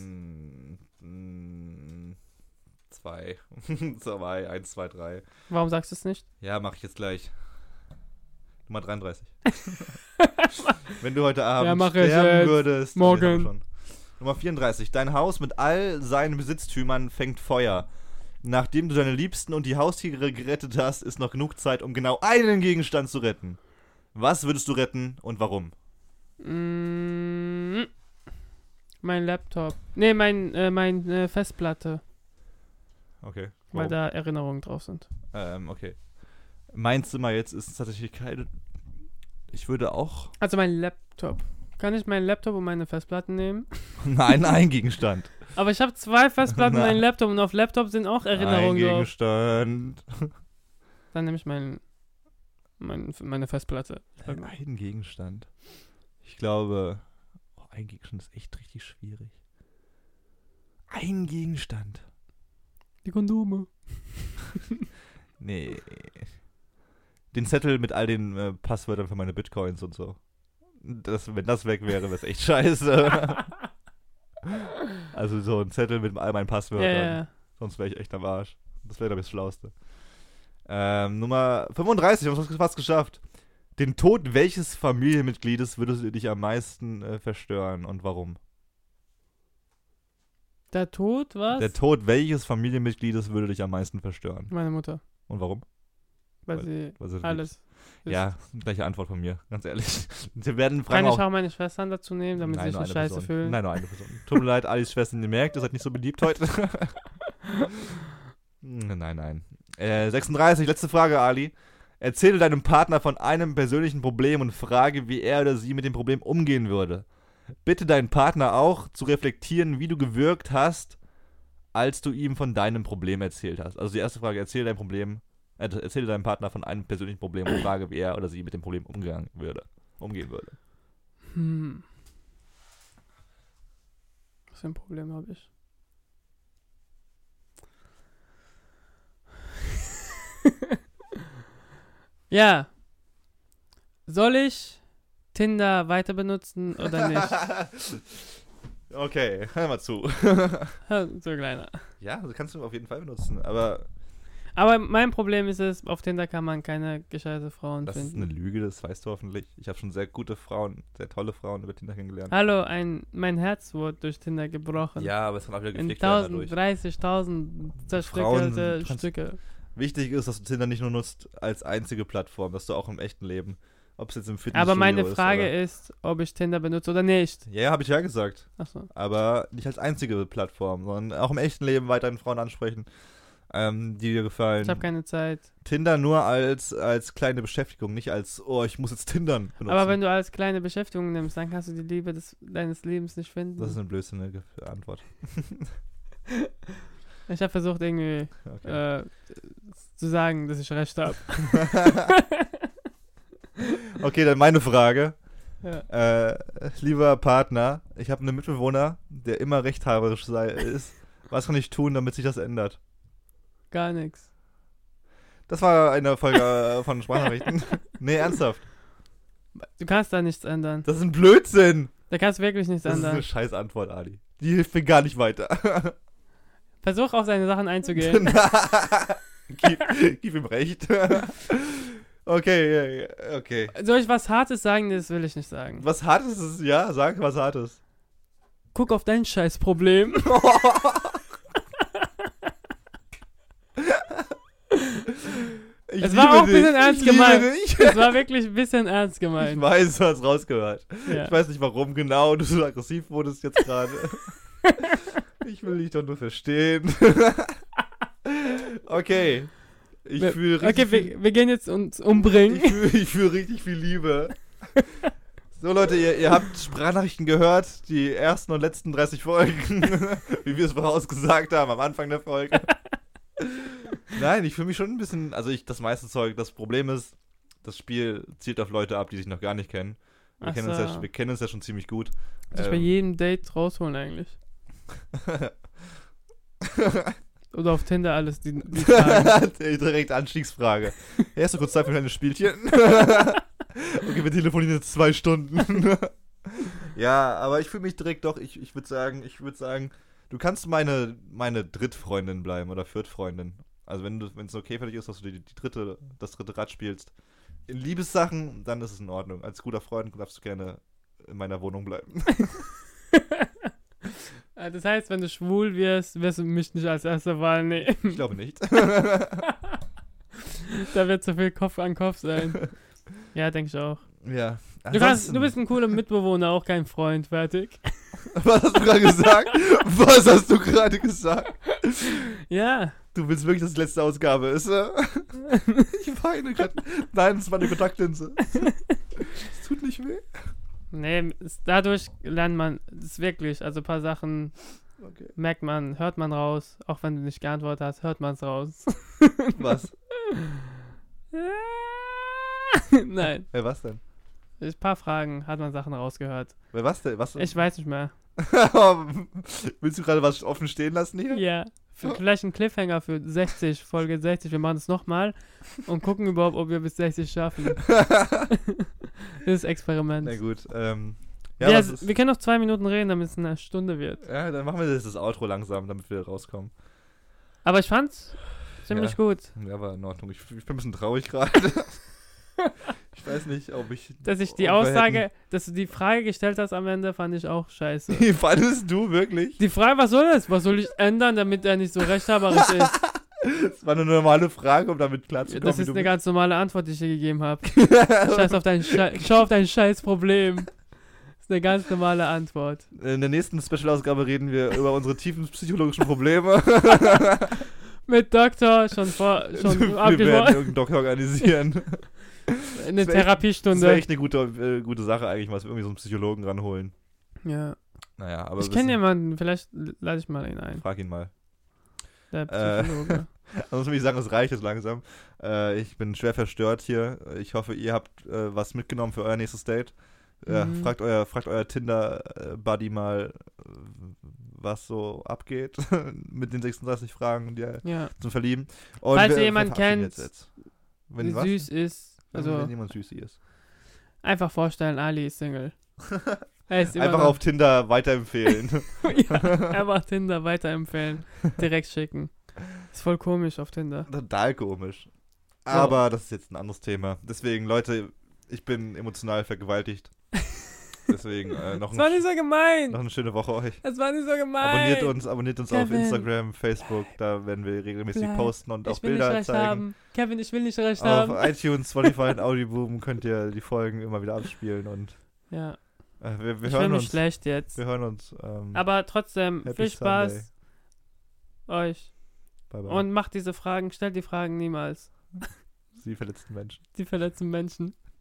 S1: 2. 2, 1, 2, 3.
S2: Warum sagst du es nicht?
S1: Ja, mache ich jetzt gleich. Nummer 33. Wenn du heute Abend
S2: Ja, mach ich
S1: sterben
S2: jetzt.
S1: würdest.
S2: Morgen.
S1: Nee, haben wir schon. Nummer 34. Dein Haus mit all seinen Besitztümern fängt Feuer. Nachdem du deine Liebsten und die Haustiere gerettet hast, ist noch genug Zeit, um genau einen Gegenstand zu retten. Was würdest du retten und warum?
S2: Mein Laptop. Nee, meine Festplatte.
S1: Okay.
S2: Weil
S1: Warum?
S2: da Erinnerungen drauf sind.
S1: Okay. Mein Zimmer jetzt ist tatsächlich keine... Ich würde auch...
S2: Also mein Laptop. Kann ich meinen Laptop und meine Festplatten nehmen?
S1: Nein, ein Gegenstand.
S2: Aber ich habe 2 Festplatten und
S1: Nein.
S2: einen Laptop und auf Laptop sind auch
S1: Ein
S2: Erinnerungen drauf.
S1: Gegenstand.
S2: Dann nehme ich meine Festplatte.
S1: Ein Gegenstand. Ich glaube... ein Gegenstand ist echt richtig schwierig. Ein Gegenstand.
S2: Die Kondome.
S1: Nee. Den Zettel mit all den Passwörtern für meine Bitcoins und so. Wenn das weg wäre, wäre es echt scheiße. Also so ein Zettel mit all meinen Passwörtern.
S2: Ja.
S1: Sonst wäre ich echt am Arsch. Das wäre, glaube ich, das Schlauste. Nummer 35, wir haben es fast geschafft. Den Tod welches Familienmitgliedes würdest du dich am meisten verstören und warum?
S2: Der Tod, was?
S1: Der Tod welches Familienmitgliedes würde dich am meisten verstören?
S2: Meine Mutter.
S1: Und warum?
S2: Weil sie
S1: sie
S2: alles ist.
S1: Ja, gleiche Antwort von mir, ganz ehrlich. Wir werden
S2: Kann
S1: fragen
S2: ich auch meine Schwestern dazu nehmen, damit sie sich
S1: nur
S2: nicht
S1: eine
S2: scheiße
S1: Person.
S2: fühlen?
S1: Nein, nur eine Person. Tut mir leid, Alis Schwestern, ihr merkt, ihr seid nicht so beliebt heute. Nein. 36, letzte Frage, Ali. Erzähle deinem Partner von einem persönlichen Problem und frage, wie er oder sie mit dem Problem umgehen würde. Bitte deinen Partner auch zu reflektieren, wie du gewirkt hast, als du ihm von deinem Problem erzählt hast. Also die erste Frage, erzähle deinem Partner von einem persönlichen Problem und frage, wie er oder sie mit dem Problem umgehen würde.
S2: Was für ein Problem habe ich? Ja. Soll ich Tinder weiter benutzen oder nicht?
S1: Okay, hör mal zu.
S2: So kleiner.
S1: Ja, also kannst du auf jeden Fall benutzen, aber
S2: Aber mein Problem ist es, auf Tinder kann man keine gescheite Frauen
S1: Das ist
S2: finden.
S1: eine Lüge, das weißt du hoffentlich. Ich habe schon sehr gute Frauen, sehr tolle Frauen über Tinder kennengelernt.
S2: Hallo, mein Herz wurde durch Tinder gebrochen.
S1: Ja, aber es kann auch wieder
S2: In
S1: gefickt werden dadurch.
S2: 30.000 zerstückelte Stücke.
S1: Wichtig ist, dass du Tinder nicht nur nutzt als einzige Plattform, dass du auch im echten Leben, ob es jetzt im Fitnessstudio
S2: Aber meine
S1: ist
S2: Frage
S1: oder,
S2: ist, ob ich Tinder benutze oder nicht.
S1: ja, habe ich ja gesagt.
S2: Achso.
S1: Aber nicht als einzige Plattform, sondern auch im echten Leben weiterhin Frauen ansprechen, die dir gefallen.
S2: Ich habe keine Zeit.
S1: Tinder nur als kleine Beschäftigung, nicht als, oh, ich muss jetzt Tindern benutzen.
S2: Aber wenn du als kleine Beschäftigung nimmst, dann kannst du die Liebe deines Lebens nicht finden.
S1: Das ist eine blödsinnige Antwort.
S2: Ich habe versucht irgendwie
S1: Okay.
S2: zu sagen, dass ich recht habe.
S1: Okay, dann meine Frage.
S2: Ja.
S1: Lieber Partner, ich habe einen Mitbewohner, der immer rechthaberisch ist. Was kann ich tun, damit sich das ändert?
S2: Gar nichts.
S1: Das war eine Folge von Sprachnachrichten. Nee, ernsthaft.
S2: Du kannst da nichts ändern.
S1: Das ist ein Blödsinn.
S2: Da kannst du wirklich nichts
S1: Das ist
S2: ändern.
S1: eine scheiß Antwort, Ali. Die hilft mir gar nicht weiter.
S2: Versuch auf seine Sachen einzugehen.
S1: Gib ihm recht. Okay, okay.
S2: Soll ich was Hartes sagen? Das will ich nicht sagen.
S1: Was Hartes ist, ja, sag was Hartes.
S2: Guck auf dein Scheißproblem. Es war auch ein bisschen ernst gemeint. Es war wirklich ein bisschen ernst
S1: Ich
S2: gemeint.
S1: weiß, du hast rausgehört.
S2: Ja.
S1: Ich weiß nicht, warum genau du so aggressiv wurdest jetzt gerade. Ich will dich doch nur verstehen. Okay. Ich fühle richtig
S2: Okay, wir gehen jetzt uns umbringen.
S1: Ich fühl richtig viel Liebe. So Leute, ihr habt Sprachnachrichten gehört, die ersten und letzten 30 Folgen, wie wir es vorausgesagt haben am Anfang der Folge. Nein, ich fühle mich schon ein bisschen, also das meiste Zeug, das Problem ist, das Spiel zielt auf Leute ab, die sich noch gar nicht kennen. Wir
S2: Ach
S1: kennen uns
S2: so.
S1: ja schon ziemlich gut.
S2: Sich bei jedem Date rausholen eigentlich. Oder auf Tinder alles, die Fragen.
S1: Direkt Anstiegsfrage. Hey, hast du kurz Zeit für ein kleines Spielchen? Okay, wir telefonieren jetzt 2 Stunden. Ja, aber ich fühle mich direkt doch, ich würde sagen, du kannst meine Drittfreundin bleiben oder Viertfreundin. Also wenn es okay für dich ist, dass du das dritte Rad spielst. In Liebessachen, dann ist es in Ordnung. Als guter Freund darfst du gerne in meiner Wohnung bleiben.
S2: Das heißt, wenn du schwul wirst du mich nicht als erste Wahl nehmen.
S1: Ich glaube nicht.
S2: Da wird zu viel Kopf an Kopf sein. Ja, denke ich auch.
S1: Ja.
S2: Du bist ein cooler Mitbewohner, auch kein Freund, fertig.
S1: Was hast du gerade gesagt? Was hast du gerade gesagt?
S2: Ja.
S1: Du willst wirklich, dass die letzte Ausgabe ist? Ich weine gerade. Nein, das war eine Kontaktlinse. Es tut nicht weh.
S2: Nee, dadurch lernt man es wirklich. Also ein paar Sachen
S1: Okay.
S2: hört man raus. Auch wenn du nicht geantwortet hast, hört man es raus.
S1: Was?
S2: Nein.
S1: Wer was denn?
S2: Ein paar Fragen hat man Sachen rausgehört.
S1: Wer was denn? Was denn?
S2: Ich weiß nicht mehr.
S1: Willst du gerade was offen stehen lassen hier?
S2: Ja. Vielleicht ein Cliffhanger für 60, Folge 60. Wir machen es nochmal und gucken überhaupt, ob wir bis 60 schaffen. Das ist Experiment.
S1: Na gut.
S2: Wir können noch 2 Minuten reden, damit es eine Stunde wird.
S1: Ja, dann machen wir das Outro langsam, damit wir rauskommen.
S2: Aber ich fand's ziemlich gut.
S1: Ja, war in Ordnung. Ich bin ein bisschen traurig gerade. Ich weiß nicht, ob ich...
S2: Dass ich die Aussage, dass du die Frage gestellt hast am Ende, fand ich auch scheiße.
S1: Fandest du wirklich?
S2: Die Frage, was soll das? Was soll ich ändern, damit er nicht so rechthaberisch ist?
S1: Das war eine normale Frage, um damit klarzukommen.
S2: Das ist eine ganz normale Antwort, die ich dir gegeben habe. Schau auf dein Scheißproblem. Das ist eine ganz normale Antwort.
S1: In der nächsten Special-Ausgabe reden wir über unsere tiefen psychologischen Probleme.
S2: Mit Doktor schon
S1: Wir werden
S2: abgesprochen.
S1: irgendeinen Doktor organisieren.
S2: Eine
S1: Das
S2: Therapiestunde.
S1: wäre echt eine gute Sache eigentlich, mal irgendwie so einen Psychologen ranholen.
S2: Ja.
S1: Naja, aber
S2: Ich kenne jemanden, vielleicht lade ich mal ihn ein.
S1: Frag ihn mal.
S2: Der Psychologe.
S1: Ansonsten würde ich sagen, es reicht jetzt langsam. Ich bin schwer verstört hier. Ich hoffe, ihr habt was mitgenommen für euer nächstes Date. Fragt euer Tinder-Buddy mal, was so abgeht mit den 36 Fragen zum Verlieben. Und
S2: Falls ihr jemanden kennt,
S1: wenn
S2: die süß ist,
S1: wenn
S2: also
S1: jemand süß ist.
S2: einfach vorstellen, Ali ist Single. Er ist immer
S1: Einfach
S2: noch-
S1: auf Tinder weiterempfehlen.
S2: Ja, einfach Tinder weiterempfehlen. Direkt schicken. Ist voll komisch auf Tinder.
S1: Total komisch. Aber das ist jetzt ein anderes Thema. Deswegen, Leute, ich bin emotional vergewaltigt. Deswegen noch
S2: Das war nicht so gemein.
S1: eine schöne Woche euch.
S2: Das war nicht so gemein.
S1: Abonniert uns
S2: Kevin.
S1: auf Instagram, Facebook, da werden wir regelmäßig posten und auch
S2: Ich will nicht
S1: Bilder
S2: recht
S1: zeigen.
S2: haben. Kevin, ich will nicht recht
S1: Auf
S2: haben.
S1: iTunes, Spotify und Audioboom könnt ihr die Folgen immer wieder abspielen und
S2: Ja.
S1: wir
S2: Ich
S1: hören
S2: bin
S1: uns.
S2: nicht schlecht jetzt.
S1: Wir hören uns.
S2: Aber trotzdem,
S1: Happy
S2: viel Spaß euch.
S1: Bye bye.
S2: Und macht diese Fragen, stellt die Fragen niemals.
S1: Sie verletzten Menschen.
S2: Die verletzten Menschen.